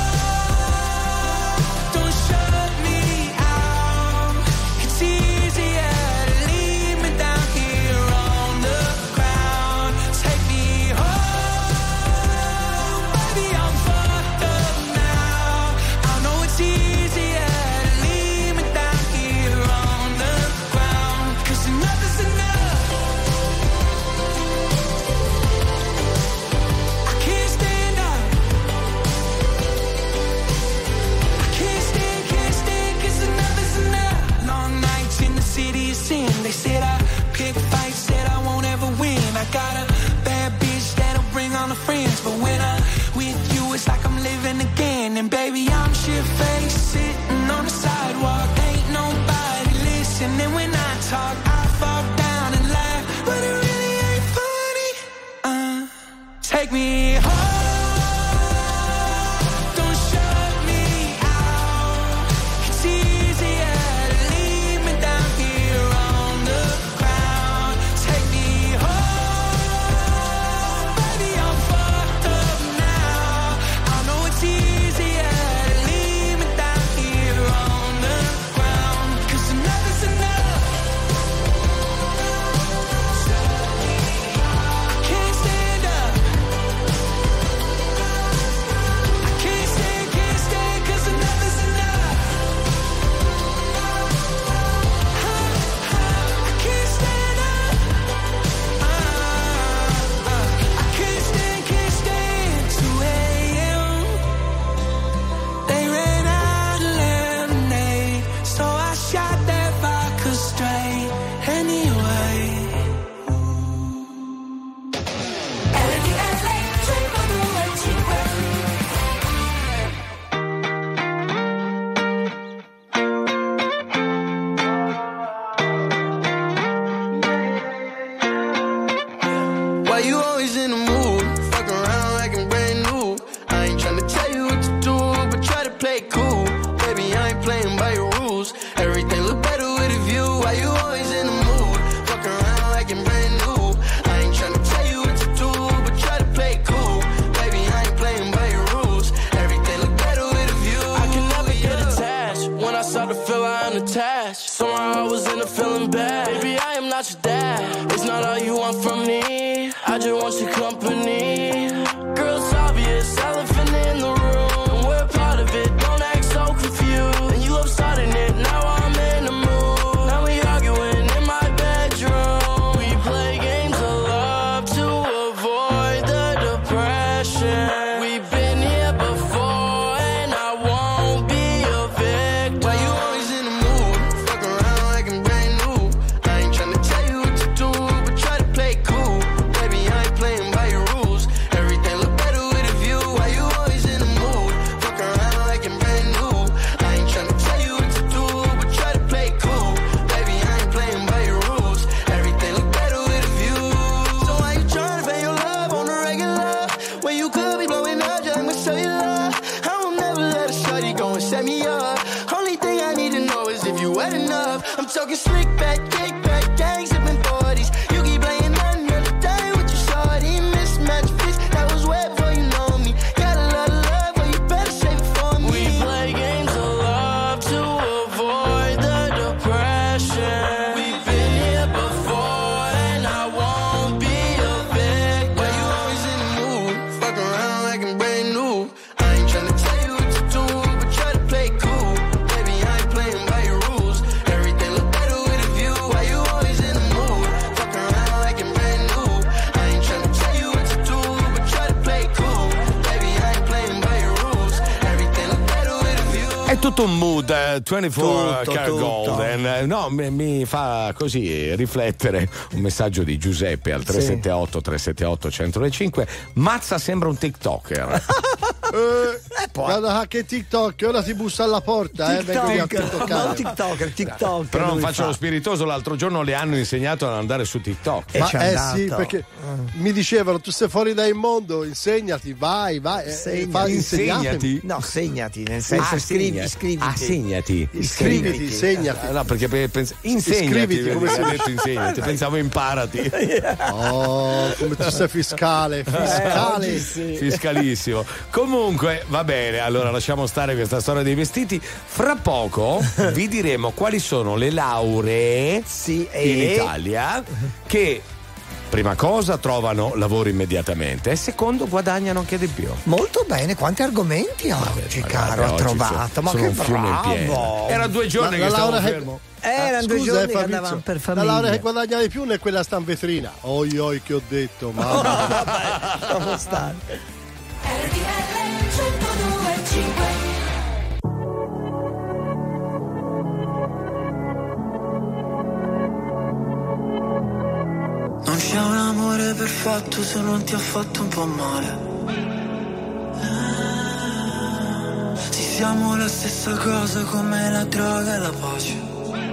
They said I pick fights, said I won't ever win. I got a bad bitch that'll bring on the friends, but when I'm with you, it's like I'm living again. And baby, I'm shit-faced, sitting on the sidewalk. Ain't nobody listening when I talk. I fall down and laugh, but it really ain't funny. Take me home. Avoid tutto un mood 24 Karat Gold. No, mi fa così riflettere un messaggio di Giuseppe al 378 378 1025. Mazza sembra un TikToker. Guarda che TikTok, ora ti bussa alla porta. Non TikTok. Però non faccio lo spiritoso, l'altro giorno le hanno insegnato ad andare su TikTok. Ma sì, perché mi dicevano tu sei fuori dal mondo, insegnati, vai. Insegnati? No, segnati, nel senso iscriviti. Segnati. Segnati. No, perché insegnati, come si è detto insegnati, pensavo imparati. Oh, come tu sei fiscale. Fiscalissimo. Comunque va bene, allora lasciamo stare questa storia dei vestiti. Fra poco vi diremo quali sono le lauree in Italia che prima cosa trovano lavoro immediatamente e secondo guadagnano anche di più. Molto bene, quanti argomenti oggi, caro, ha trovato. Ma che bravo! Era 2 giorni che stavo fermo. Erano 2 giorni che andavamo per famiglia. La laurea che guadagna di più non è quella sta in vetrina. Oi che ho detto, mamma. Vabbè, lasciamo stare. Non c'è un amore perfetto se non ti ha fatto un po' male. Sì, siamo la stessa cosa come la droga e la pace.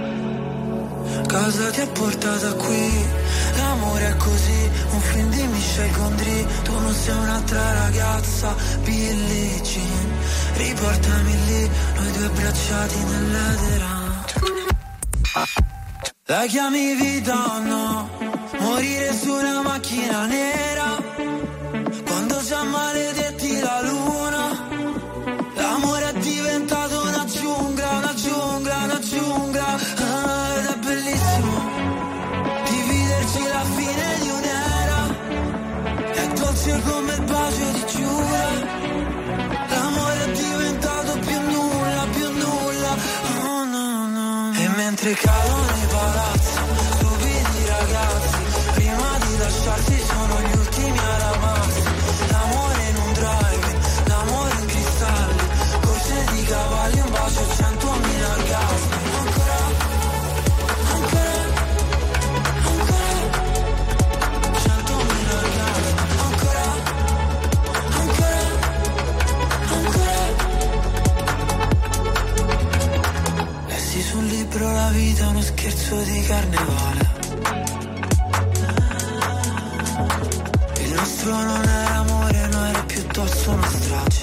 Cosa ti ha portata qui? L'amore è così, un film di Michel Gondry. Tu non sei un'altra ragazza, Billie Jean. Riportami lì, noi 2 abbracciati nell'edera. La chiami vita o no? Morire su una macchina nera quando già maledetti la luna. L'amore è diventato una giungla, una giungla, una giungla. Ed è bellissimo dividerci la fine di un'era. È dolce come il bacio di Giura. L'amore è diventato più nulla, più nulla. Oh no, no. E mentre cadono i palazzi, stupidi ragazzi, prima di lasciarsi sono gli ultimi ad amarsi. L'amore in un drive, l'amore in cristalli, corse di cavalli, un bacio, 100.000 orgasmi. Ancora, 100.000 orgasmi. Ancora. Lessi sul libro La vita è uno scherzo di carnevale. Il nostro non era amore, no, era piuttosto una strage.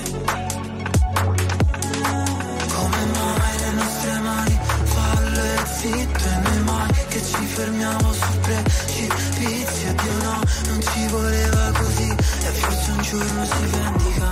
Come mai le nostre mani fallo e zitto e noi mai che ci fermiamo sul precipizio. Dio no, non ci voleva così e forse un giorno si vendica.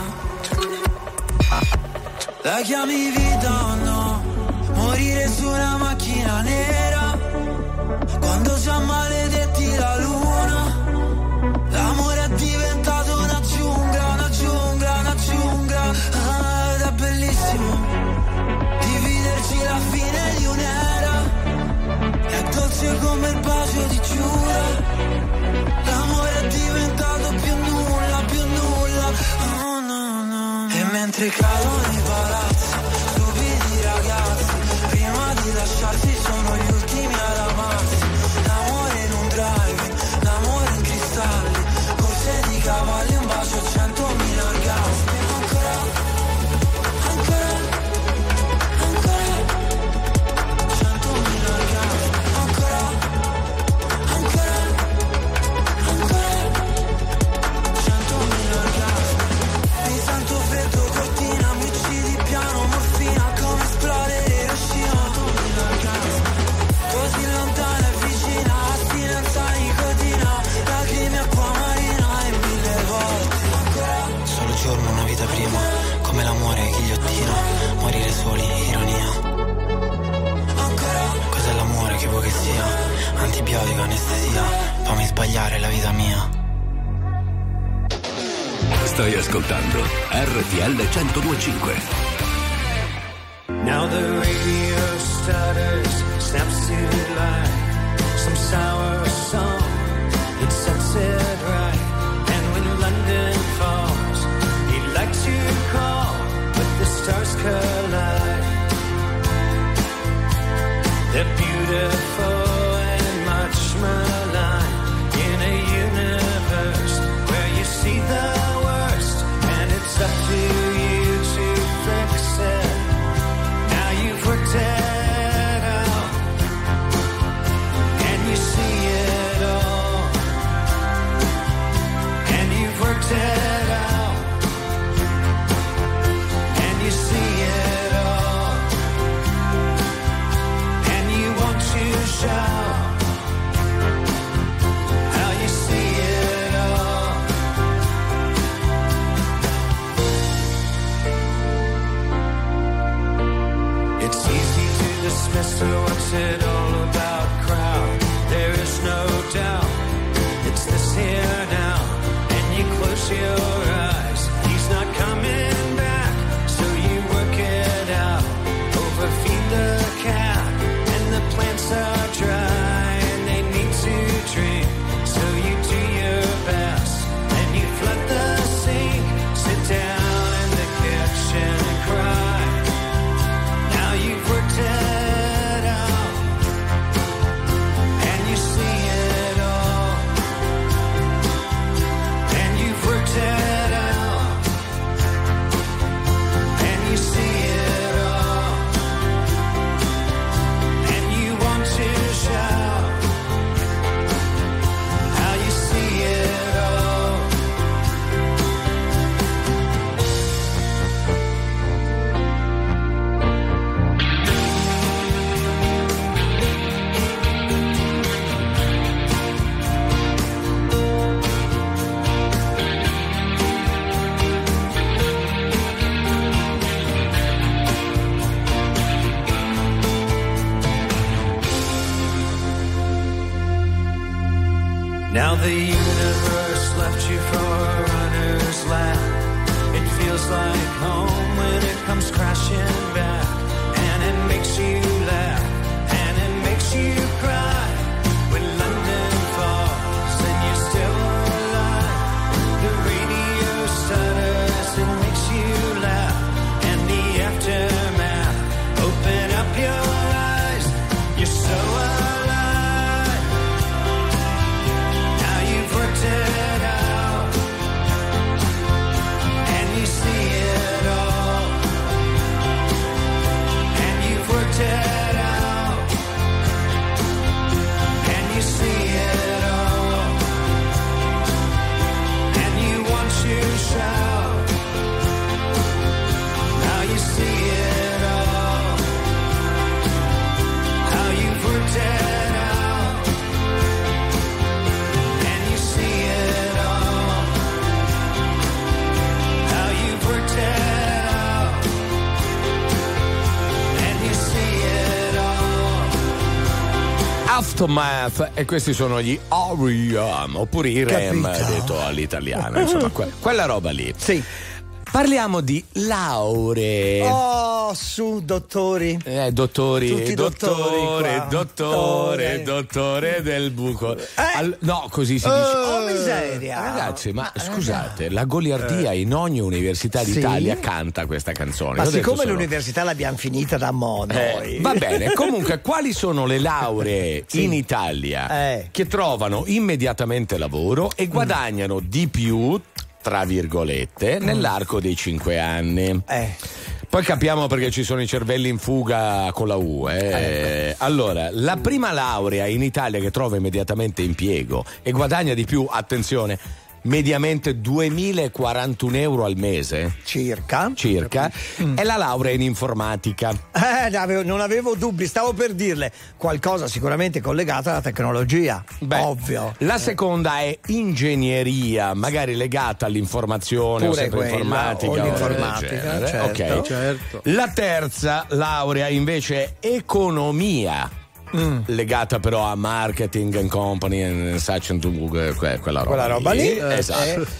La chiami vita o no? Morire su una macchina nera quando già maledetti la luna. L'amore è diventato una giungla, una giungla, una giungla. Ed è bellissimo dividerci la fine di un'era. È dolce come il bacio di Giura. L'amore è diventato più nulla, più nulla. Oh no, no. E mentre cadono i palazzi, stupidi ragazzi, prima di lasciarsi sono gli ultimi ad amarsi. L'amore in un drive, l'amore in cristalli, corse di cavalli, un bacio, 100.000 orgasmi. Ancora, 100.000 orgasmi. Ancora, 100.000 orgasmi. Mi sento freddo, cortina, mi uccidi piano, morfina, come esplodere Hiroshima. 100.000 orgasmi. Così lontana e vicina, astinenza, nicotina, lacrime, acqua marina e 1000 volte. Solo giorno, una vita prima, come l'amore, ghigliottina, morire soli, ironia. Cos'è l'amore, che vuoi che sia? Antibiotico, anestesia, fammi sbagliare la vita mia. Stai ascoltando RTL 102.5. Now the radio stutters, snaps to life, some sour song, it sets it right. And when London falls, he'd like to call, but the stars collide. They're beautiful and much maligned in a universe where you see the worst, and it's up to you to fix it. Now you've worked it out, and you see it all, and you've worked it out, and you see it all, and you want to shout how you see it all. It's easy to dismiss, so what's it all about, crowd? There is no doubt, it's this here now, and you close your eyes, he's not coming back, so you work it out, overfeed the cat, and the plants are dry, and they need to drink, so you do your best, and you flood the sink, sit down in the kitchen and cry. Now you've worked it out, and you see it all, and you've worked it out, and you see it all, and you want to shout how you see it all. Now the universe left you for a runner's lap. It feels like home when it comes crashing back, and it makes you laugh, and it makes you cry. When London falls and you're still alive, the radio stutters, it makes you laugh, and the aftermath, open up your eyes, you're so alive. Now you've worked it out, and you see it all, and you've worked it out, and you see it all, and you want to shout how you see it all, how you've worked it out, and you see it all, how you've worked it out, and you see it all. Aftermath, e questi sono gli R.E.M. oppure i REM detto all'italiano, insomma quella roba lì. Sì. Parliamo di lauree. Oh, su, dottori. Dottori, Tutti dottore del buco. No, così si dice. Oh, miseria. Ragazzi, ma scusate, la goliardia in ogni università d'Italia canta questa canzone. Ma Ho siccome detto l'università l'abbiamo finita da mo' noi. va bene, comunque quali sono le lauree in Italia che trovano immediatamente lavoro e guadagnano di più, tra virgolette, nell'arco dei 5 anni? Poi capiamo perché ci sono i cervelli in fuga con la U. Allora, la prima laurea in Italia che trova immediatamente impiego e guadagna di più, attenzione, mediamente 2.041 euro al mese circa, è la laurea in informatica. Non avevo dubbi, stavo per dirle qualcosa sicuramente collegato alla tecnologia. Ovvio. La seconda è ingegneria, magari legata all'informazione, pure o sempre quella, informatica o l'informatica, certo. Ok. Certo. La terza laurea invece è economia, legata però a marketing and company and such and quella roba lì. Esatto.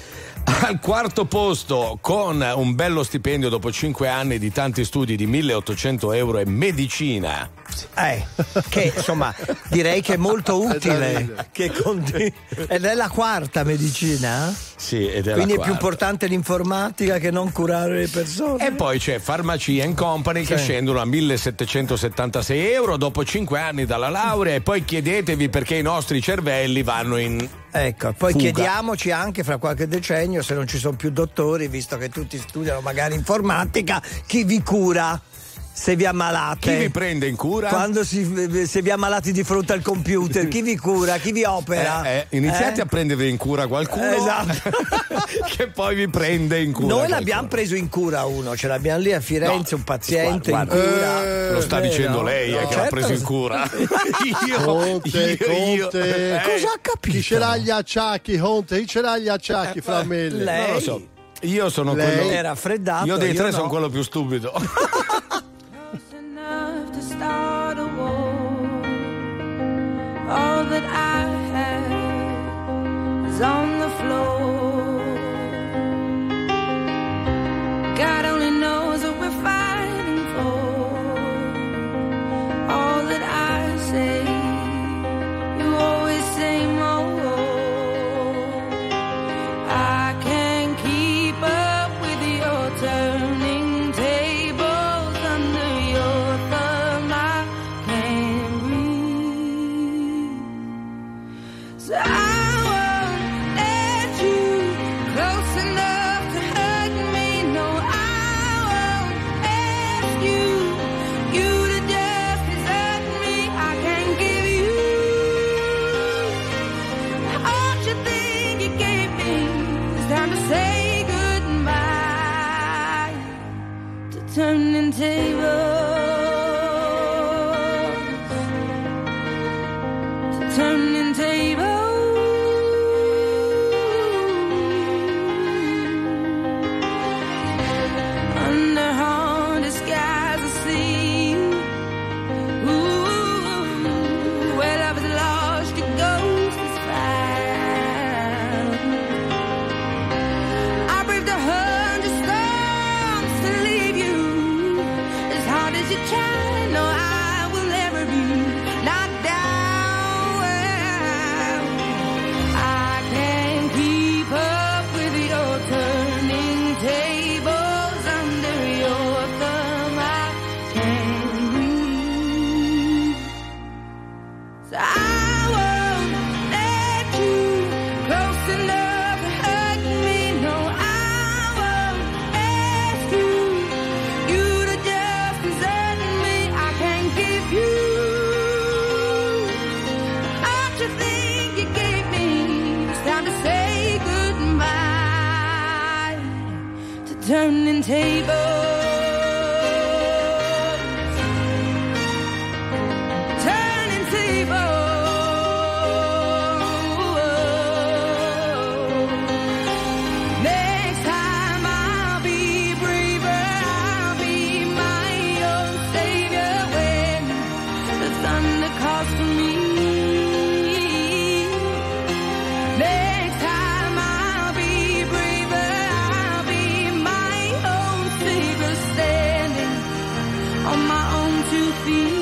Al quarto posto, con un bello stipendio dopo 5 anni di tanti studi di 1.800 euro, è medicina. Che insomma direi che è molto utile. Ed è la quarta medicina? Sì, ed è quindi la è più importante l'informatica che non curare le persone. E poi c'è Farmacia & Company che scendono a 1.776 euro dopo 5 anni dalla laurea, e poi chiedetevi perché i nostri cervelli vanno in Ecco, poi fuga. chiediamoci anche fra qualche decennio, se non ci sono più dottori, visto che tutti studiano magari informatica, chi vi cura se vi ammalate? Chi vi prende in cura? Quando se vi ammalati di fronte al computer, chi vi cura? Chi vi opera? Iniziate a prendervi in cura qualcuno, esatto. che poi vi prende in cura. Noi l'abbiamo preso in cura uno, ce l'abbiamo lì a Firenze, un paziente guarda, in cura. Lo sta dicendo lei che l'ha preso in cura. Conte. Cosa ha capito? Chi ce l'ha gli acciacchi, Conte? Chi ce l'ha gli acciacchi, Flammelle? Lei? Non lo so. Io sono Lei? quello. È raffreddato. Io dei tre no. sono quello più stupido. To start a war. All that I have is on the floor. God only knows what we're fighting for. All that I say, you always say more. I can't keep up with your turning tables under your thumb. I can't breathe. So I won't let you close enough to hurt me. No, I won't ask you to just desert me. I can't give you all you think you gave me. It's time to say goodbye to turning tables, to turning tables. Under haunted skies I see you. Ooh, where love is lost, your ghost is found. I braved 100 storms to leave you. As hard as you try, no, I will never be knocked down. I can't keep up with your turning tables under your thumb. I can't breathe. So I won't let you close enough to hurt me. No, I won't ask you to just desert me. I can't give you all you think you gave me. It's time to say goodbye to turning tables. Turning tables. Next time I'll be braver, I'll be my own savior when the thunder calls for me. Next time I'll be braver, I'll be my own savior, standing on my own 2 feet.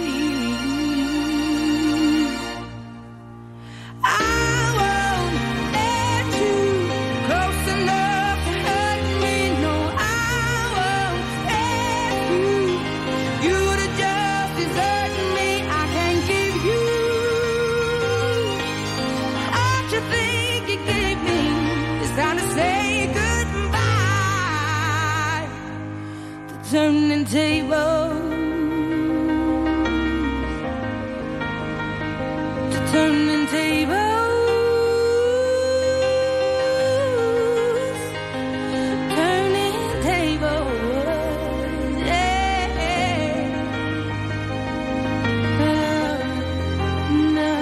I won't let you close enough to hurt me. No, I won't ask you to just desert me. I can't give you all you think you gave me. It's time to say goodbye to turning tables. To turning tables. Turning tables. Yeah. No.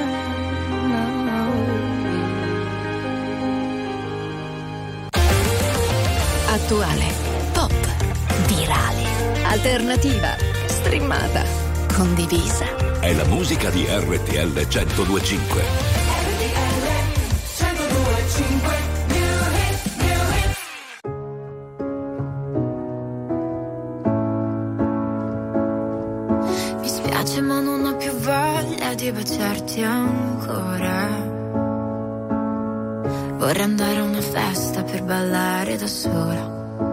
Attuale, pop, virale, alternativa, streamata, condivisa. È la musica di RTL 102.5. RTL 102.5 New Hit voglia di baciarti ancora. Vorrei andare a una festa per ballare da sola,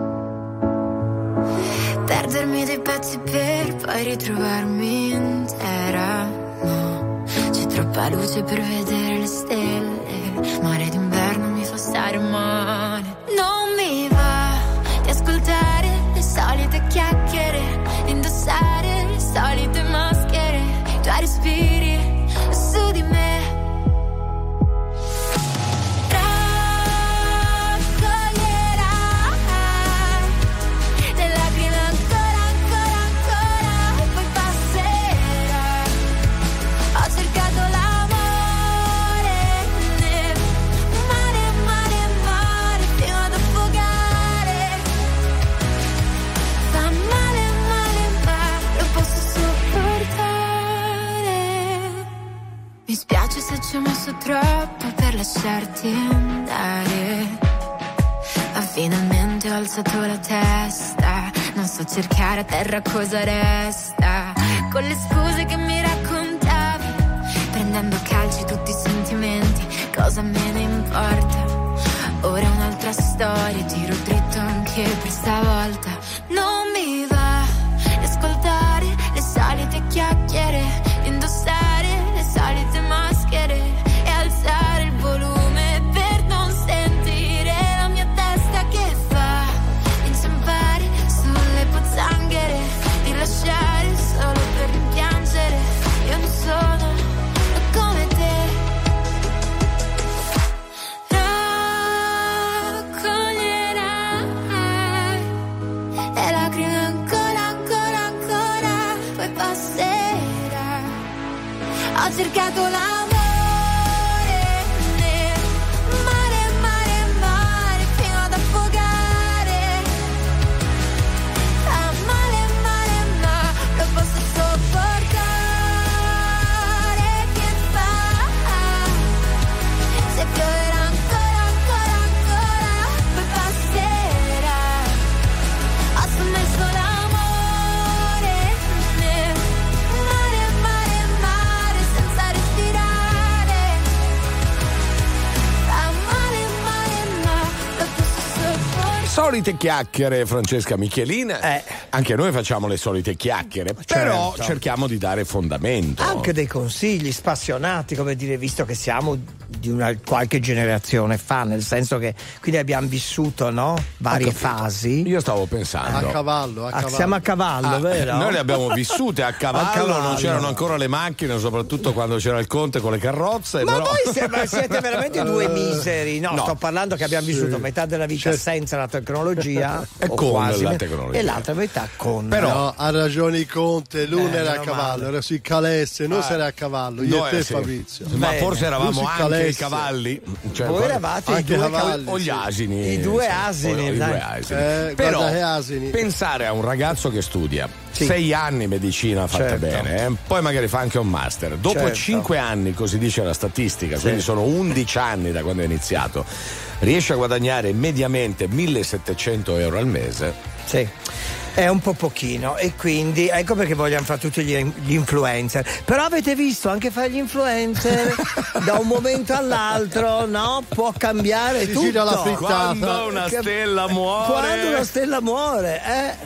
perdermi dei pezzi per poi ritrovarmi intera. No, c'è troppa luce per vedere le stelle, mare d'inverno mi fa stare male. Non mi va di ascoltare le solite chiacchiere, indossare le solite maschere, i tuoi respiri su di me. Mi spiace se ci ho messo troppo per lasciarti andare, ma finalmente ho alzato la testa. Non so cercare a terra cosa resta, con le scuse che mi raccontavi, prendendo a calci tutti i sentimenti, cosa me ne importa. Ora è un'altra storia, tiro dritto anche per stavolta. Non mi va di ascoltare le solite chiacchiere, indossare le solite maschere e alzare il volume per non sentire la mia testa che fa inciampare sulle pozzanghere, di lasciare solo per rimpiangere. Io non sono come te. Raccoglierai le lacrime ancora, ancora, ancora, poi passerà. Ho cercato l'amore nel mare, mare, mare, fino ad affogare. Fa male, male, ma lo posso sopportare. Che fa? Se pioverà ancora, ancora, ancora, poi passerà. Ho sommesso l'amore nel mare, mare, mare, senza respirare. Fa male, male, ma lo posso sopportare. Solite chiacchiere, Francesca Michelina. Anche noi facciamo le solite chiacchiere, però Certo. cerchiamo di dare fondamento. Anche dei consigli spassionati, come dire, visto che siamo di una qualche generazione fa, nel senso che quindi abbiamo vissuto, no? Varie fasi. Io stavo pensando. A cavallo. Siamo a cavallo, vero? Noi le abbiamo vissute a cavallo, A cavallo. non c'erano ancora le macchine, soprattutto quando c'era il conte con le carrozze. Ma però... voi siete veramente due miseri. No, No. sto parlando che abbiamo vissuto metà della vita senza la tecnologia E o con quasi, la tecnologia. e l'altra metà con. No, ha ragione il Conte, lui era a meno cavallo, male. era sui calesse, noi sarà a cavallo, io Noi, e te sì. Fabrizio. Ma Bene. forse Lui eravamo sui anche calesse. i cavalli. Cioè, Voi eravate i anche due cavalli, o gli asini. I due sì. asini, O i dai. due asini. Guarda Però che asini. pensare a un ragazzo che studia Sì. 6 anni medicina fatta Certo. bene, poi magari fa anche un master. Dopo Certo. 5 anni, così dice la statistica, quindi sono 11 anni da quando è iniziato, riesce a guadagnare mediamente 1.700 euro al mese. Sì. È un po' pochino e quindi ecco perché vogliamo fare tutti gli influencer. Però avete visto anche fare gli influencer da un momento all'altro, no? Può cambiare Si tutto. gira la frittata. Quando una stella muore. Quando una stella muore,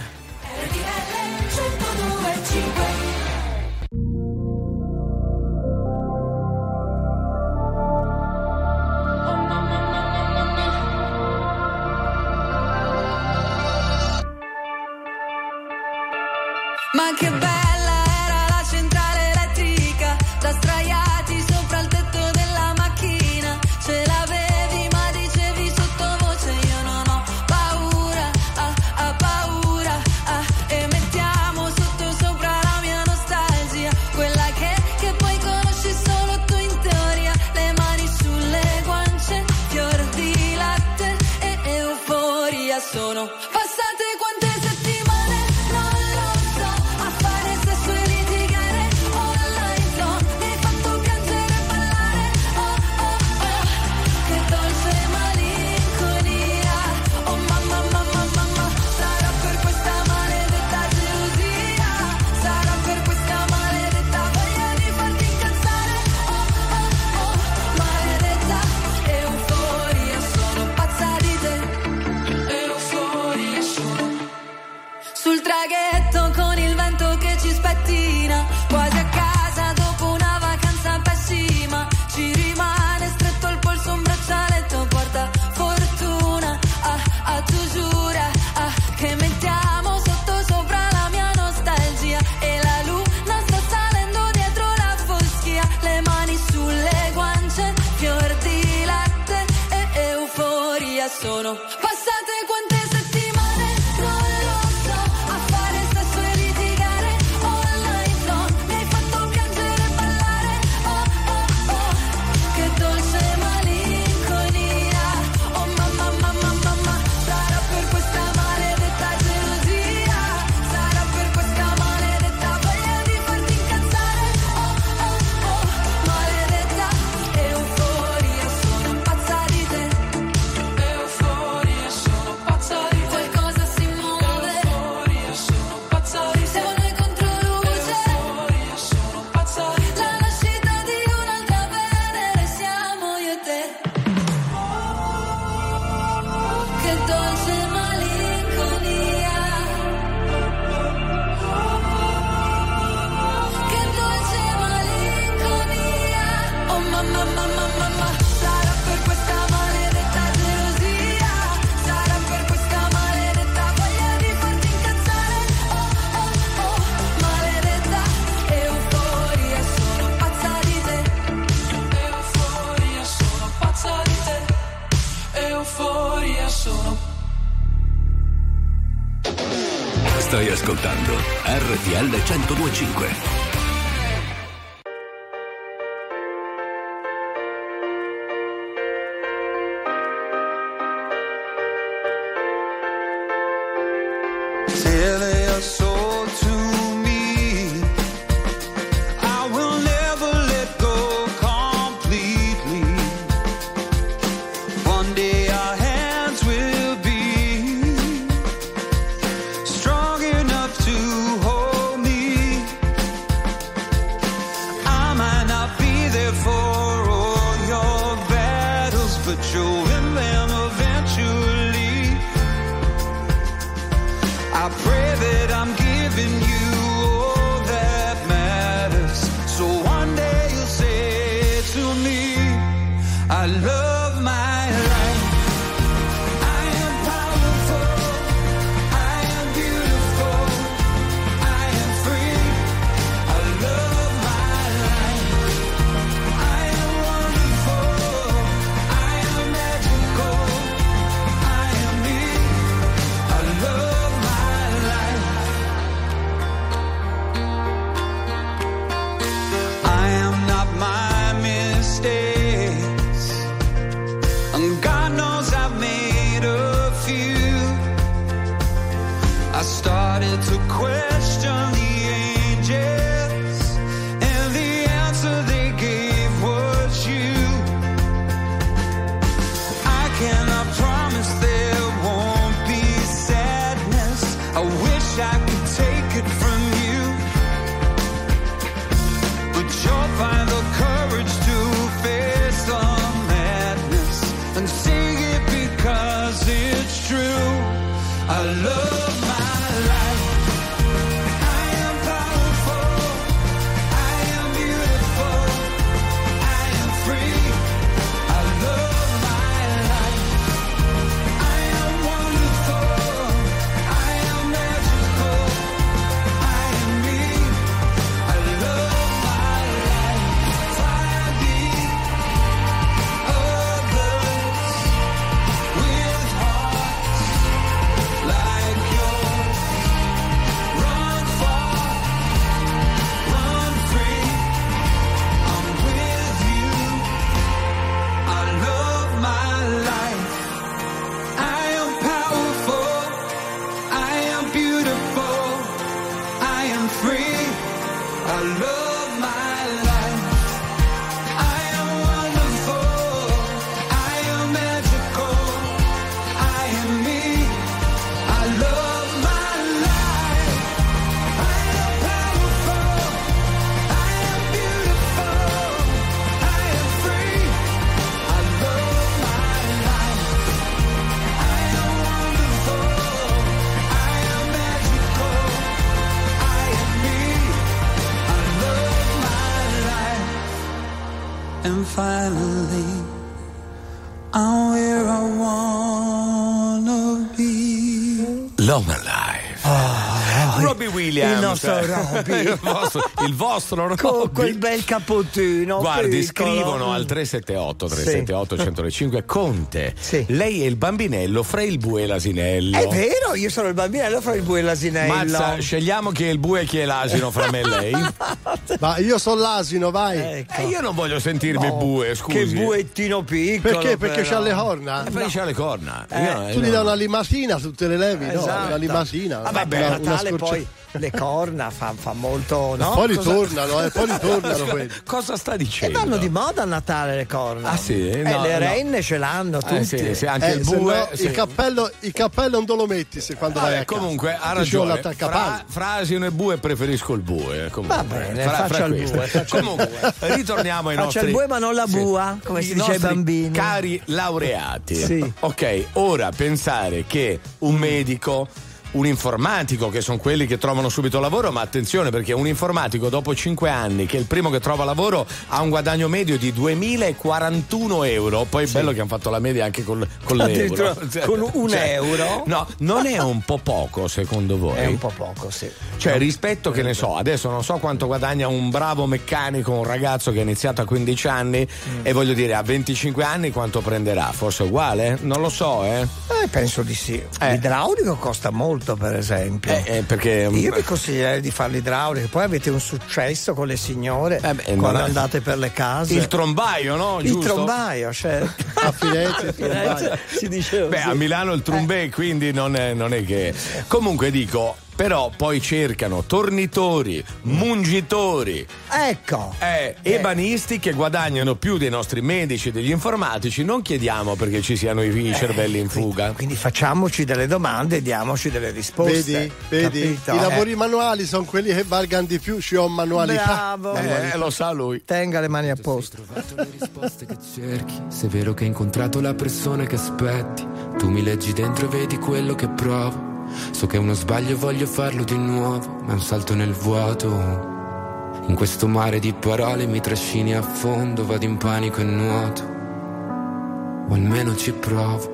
Ma che bella era la centrale elettrica, da sdraiati sopra il tetto della macchina. Ce l'avevi ma dicevi sottovoce io non ho paura, paura, e mettiamo sotto sopra la mia nostalgia, quella che poi conosci solo tu in teoria. Le mani sulle guance, fior di latte e euforia. Sono passate quante settimane, non lo so, a fare sesso e litigare online, no, mi hai fatto piangere e ballare, oh oh oh, che dolce malinconia, oh mamma, mamma, mamma, sarà per questa maledetta gelosia, sarà per questa maledetta voglia di farti incazzare. ascoltando RTL 102.5. Finally, I'm where I wanna be. Love My Life. Robbie Williams, il nostro Robbie, il vostro Robbie, con quel bel cappottino. Guardi, piccolo. scrivono al 378 105 Conte. Sì. Lei è il bambinello fra il bue e l'asinello. È vero, io sono il bambinello fra il bue e l'asinello. Mazza, scegliamo chi è il bue e chi è l'asino fra me e lei. Ma io sono l'asino, vai. Ecco. Io non voglio sentirmi bue, scusi. Che buettino piccolo. Perché? Perché c'ha le corna? Perché c'ha le corna. Tu gli dai una limasina su tutte le levi, no? Una limasina. Vabbè, per Natale poi le corna fa molto, no? Poi ritornano, quelli. Cosa sta dicendo? E vanno di moda a Natale le corna. Ah sì? Le renne ce l'hanno tutti. Sì, anche il bue. No, il cappello non te lo metti se quando vai a casa. Comunque ha ragione. Fra asino e bue preferisco il bue. Comunque. Va bene, faccia il bue. Comunque, ritorniamo ai nostri. Faccia il bue ma non la bua, come si dice ai bambini. Cari laureati. Sì. Ok, ora pensare che un medico, un informatico, che sono quelli che trovano subito lavoro, ma attenzione perché un informatico dopo 5 anni, che è il primo che trova lavoro, ha un guadagno medio di 2.041 euro. Poi è bello che hanno fatto la media anche con l'euro. Con un euro? No, non è un po' poco secondo voi? È un po' poco, sì. Cioè rispetto, che ne so, adesso non so quanto guadagna un bravo meccanico, un ragazzo che ha iniziato a 15 anni e voglio dire a 25 anni quanto prenderà? Forse uguale? Non lo so, penso di sì. L'idraulico costa molto auto, per esempio. Perché io vi consiglierei di fare l'idraulica, poi avete un successo con le signore quando andate per le case. Il trombaio, no? Il Giusto? trombaio, certo. A Firenze si diceva. A Milano il trumbè, quindi non è che. Comunque dico. Però poi cercano tornitori, mungitori, ebanisti che guadagnano più dei nostri medici e degli informatici. Non chiediamo perché ci siano i cervelli in fuga. Quindi facciamoci delle domande e diamoci delle risposte. Vedi? I lavori manuali sono quelli che valgano di più, ci ho manualità. Bravo. Lo sa lui. Tenga le mani a posto. Hai trovato le risposte che cerchi, se è vero che hai incontrato la persona che aspetti, tu mi leggi dentro e vedi quello che provo. So che è uno sbaglio e voglio farlo di nuovo, ma è un salto nel vuoto. In questo mare di parole mi trascini a fondo, vado in panico e nuoto, o almeno ci provo.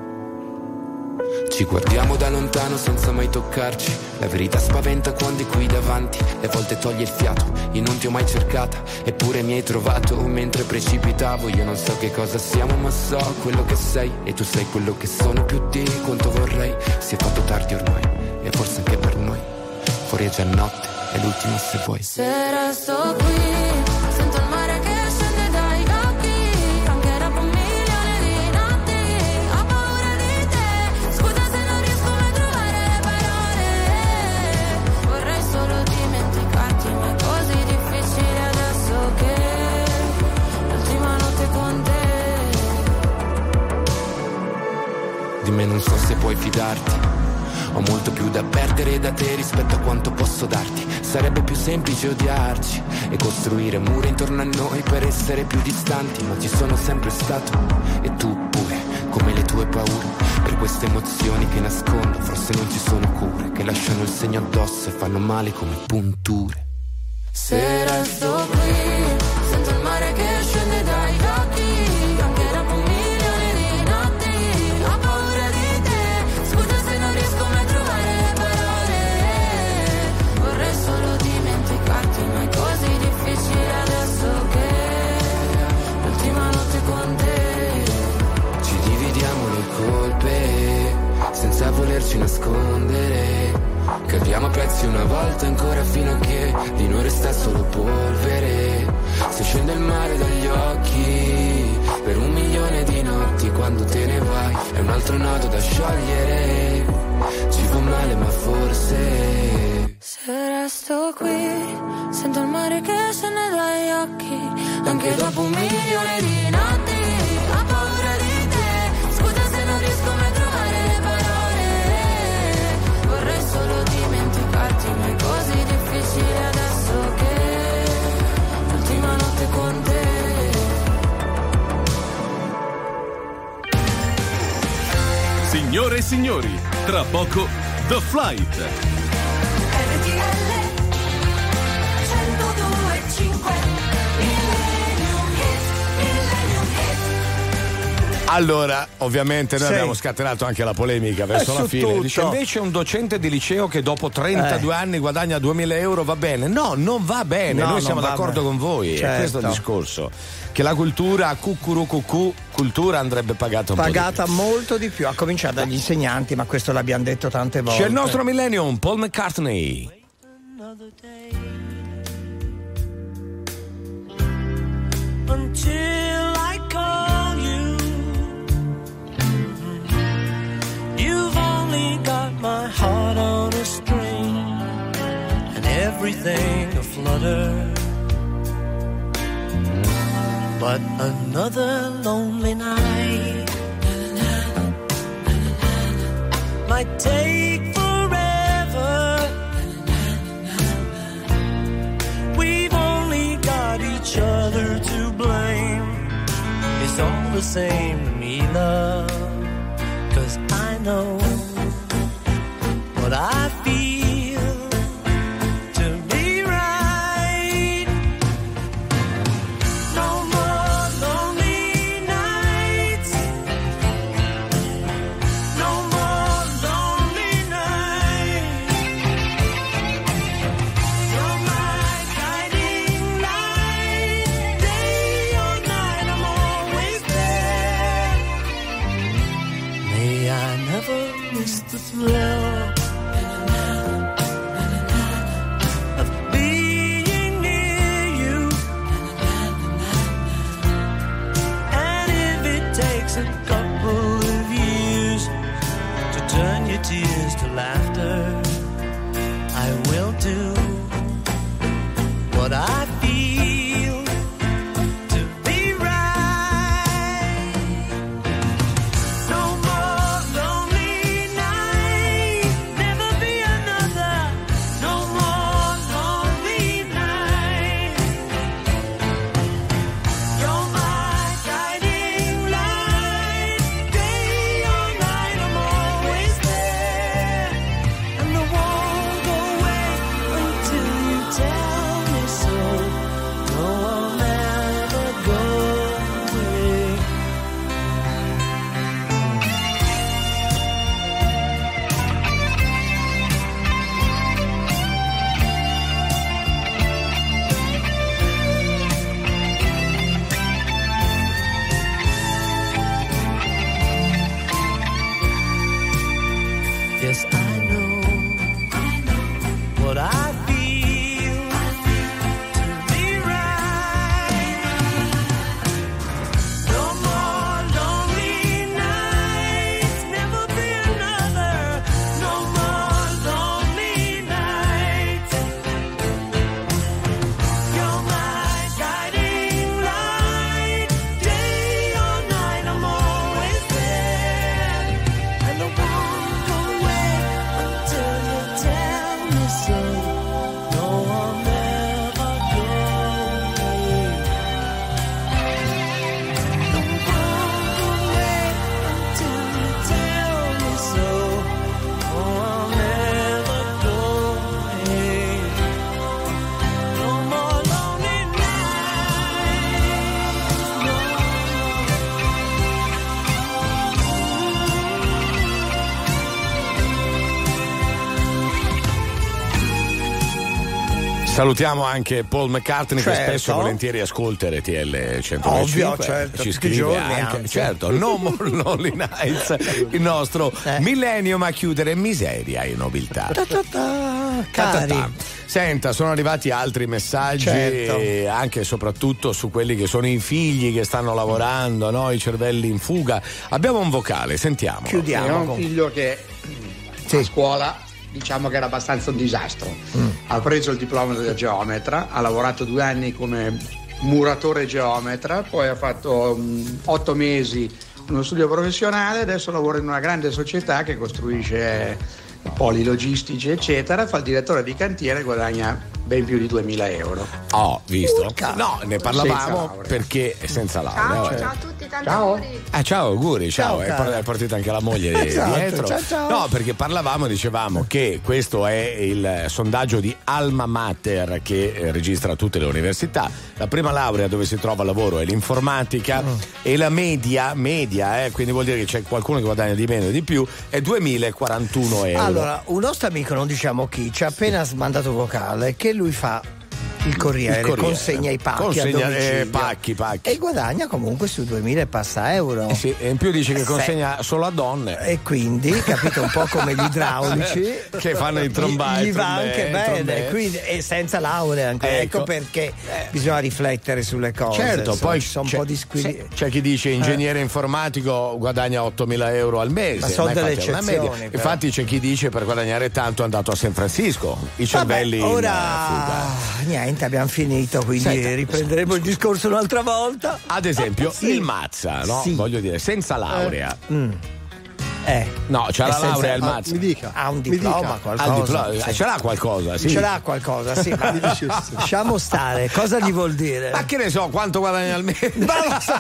Ci guardiamo da lontano senza mai toccarci, la verità spaventa quando è qui davanti, e a volte toglie il fiato, io non ti ho mai cercata, eppure mi hai trovato mentre precipitavo. Io non so che cosa siamo ma so quello che sei, e tu sei quello che sono più di quanto vorrei. Si è fatto tardi ormai, e forse anche per noi, fuori è già notte, è l'ultima se vuoi. Se resto qui, sento il mare che scende dai occhi, anche dopo un milione di notti, ho paura di te, scusa se non riesco mai a trovare le parole, vorrei solo dimenticarti, ma è così difficile adesso che l'ultima notte con te. Di me non so se puoi fidarti, ho molto più da perdere da te rispetto a quanto posso darti. Sarebbe più semplice odiarci e costruire mura intorno a noi per essere più distanti, ma ci sono sempre stato, e tu pure, come le tue paure. Per queste emozioni che nascondo forse non ci sono cure, che lasciano il segno addosso e fanno male come punture. Se resto qui, sento il mare che scende dai occhi, anche dopo un milione di notti, ho paura di te, scusa se non riesco mai a trovare le parole, vorrei solo dimenticarti, ma è così difficile adesso che l'ultima notte con te. Ci dividiamo le colpe senza volerci nascondere, cadiamo a pezzi una volta ancora fino a che di noi resta solo polvere. Se scende il mare dagli occhi per un milione di notti, quando te ne vai è un altro nodo da sciogliere. Ci fa male ma forse se resto qui, sento il mare che scende dagli occhi, anche dopo un milione di notti, ho paura di te, scusa se non riesco mai a trovare le parole, vorrei solo dimenticarti, ma è così difficile adesso che l'ultima notte con te. Signore e signori, tra poco The Flight. RTL 102.5 Millennium Hit. Allora, ovviamente noi abbiamo scatenato anche la polemica verso la fine. tutto. Dice invece un docente di liceo che dopo 32 anni guadagna 2.000 euro va bene. No, non va bene. No, noi siamo non va d'accordo bene. con voi. Certo. È questo il discorso. Che la cultura, cultura andrebbe pagata un po' Pagata molto di più, a cominciare dagli insegnanti, ma questo l'abbiamo detto tante volte. C'è il nostro Millennium, Paul McCartney. Until I call you, you've only got my heart on a string and everything aflutter. But another lonely night might take forever. We've only got each other to blame. It's all the same to me, love, 'cause I know what I feel to be right. No more lonely nights, no more lonely nights. You're my guiding light, day or night I'm always there. May I never miss the thrill Salutiamo anche Paul McCartney, Certo. che spesso volentieri ascolta RTL 125. Ovvio, certo, ci tutti i scrive giorni, anche, anzi. certo, No More Lonely Nights, il nostro millennium a chiudere in miseria e nobiltà. Cari. Senta, sono arrivati altri messaggi, Certo. anche e soprattutto su quelli che sono i figli che stanno lavorando, no? I cervelli in fuga. Abbiamo un vocale, sentiamo. Chiudiamo. Ho un figlio che a scuola diciamo che era abbastanza un disastro. Ha preso il diploma da geometra, ha lavorato 2 anni come muratore geometra, poi ha fatto 8 mesi uno studio professionale, adesso lavora in una grande società che costruisce poli logistici eccetera, fa il direttore di cantiere e guadagna ben più di 2.000 euro. Oh, visto? Urca. No, ne Senza parlavamo laurea. perché senza laurea. Ciao, Cioè. ciao a tutti, tanti Ciao. auguri. Ciao, auguri, ciao. Ciao, E cara. hai portato anche la moglie Esatto, dietro. ciao, ciao. No, perché parlavamo e dicevamo che questo è il sondaggio di Alma Mater che registra tutte le università. La prima laurea dove si trova lavoro è l'informatica e la media, quindi vuol dire che c'è qualcuno che guadagna di meno e di più, è 2.041 euro. Allora, un nostro amico, non diciamo chi, ci ha appena mandato vocale che lui fa il corriere, consegna i pacchi a domicilio. Pacchi. E guadagna comunque su 2.000 e passa euro. Sì, e in più dice che consegna solo a donne. E quindi, capito, un po' come gli idraulici che fanno i trombai. Gli va anche bene, quindi, e senza laurea anche. Ecco perché bisogna riflettere sulle cose. Certo, insomma, poi ci sono un po' di squilibri. c'è chi dice ingegnere informatico guadagna 8.000 euro al mese. Ma sono delle infatti è una eccezioni, media. però. Infatti c'è chi dice per guadagnare tanto è andato a San Francisco. I cervelli Vabbè, in ora fuga. niente, abbiamo finito, quindi Senta, riprenderemo il discorso un'altra volta. Ad esempio, Sì. il Mazza, no? Sì. Voglio dire, senza laurea. No, c'ha E la senza- laurea il Mazza. Mi dica. Ha un Mi diploma, dica. qualcosa. Sì. Ce l'ha qualcosa, sì. Ce l'ha qualcosa, sì. Ma lasciamo stare, cosa gli vuol dire? Ma che ne so, quanto guadagna al mese? No,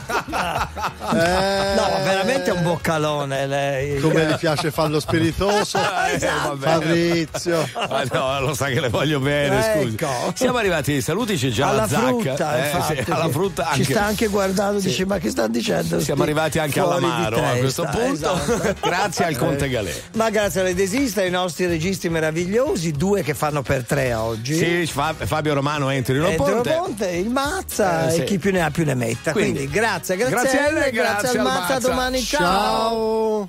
ma veramente è un boccalone lei. Come gli piace farlo spiritoso. Esatto. Fabrizio. Ma no, lo sa che le voglio bene, scusi. Ecco. Siamo arrivati ai saluti, c'è già Alla la zacca. frutta, infatti, sì, alla frutta ci anche. sta anche guardando, dice ma che stanno dicendo? Siamo arrivati anche Fuori di all'amaro a questo testa, punto. esatto. Grazie al Conte Galè. Ma grazie alle Desista, ai nostri registi meravigliosi, 2 che fanno per 3 oggi. Sì, Fabio Romano, Anthony Loponte. Ponte, il Mazza sì. e chi più ne ha più ne metta. Quindi grazie, Grazie a lei, grazie grazie al al Mazza, Mazza. domani, ciao. Ciao.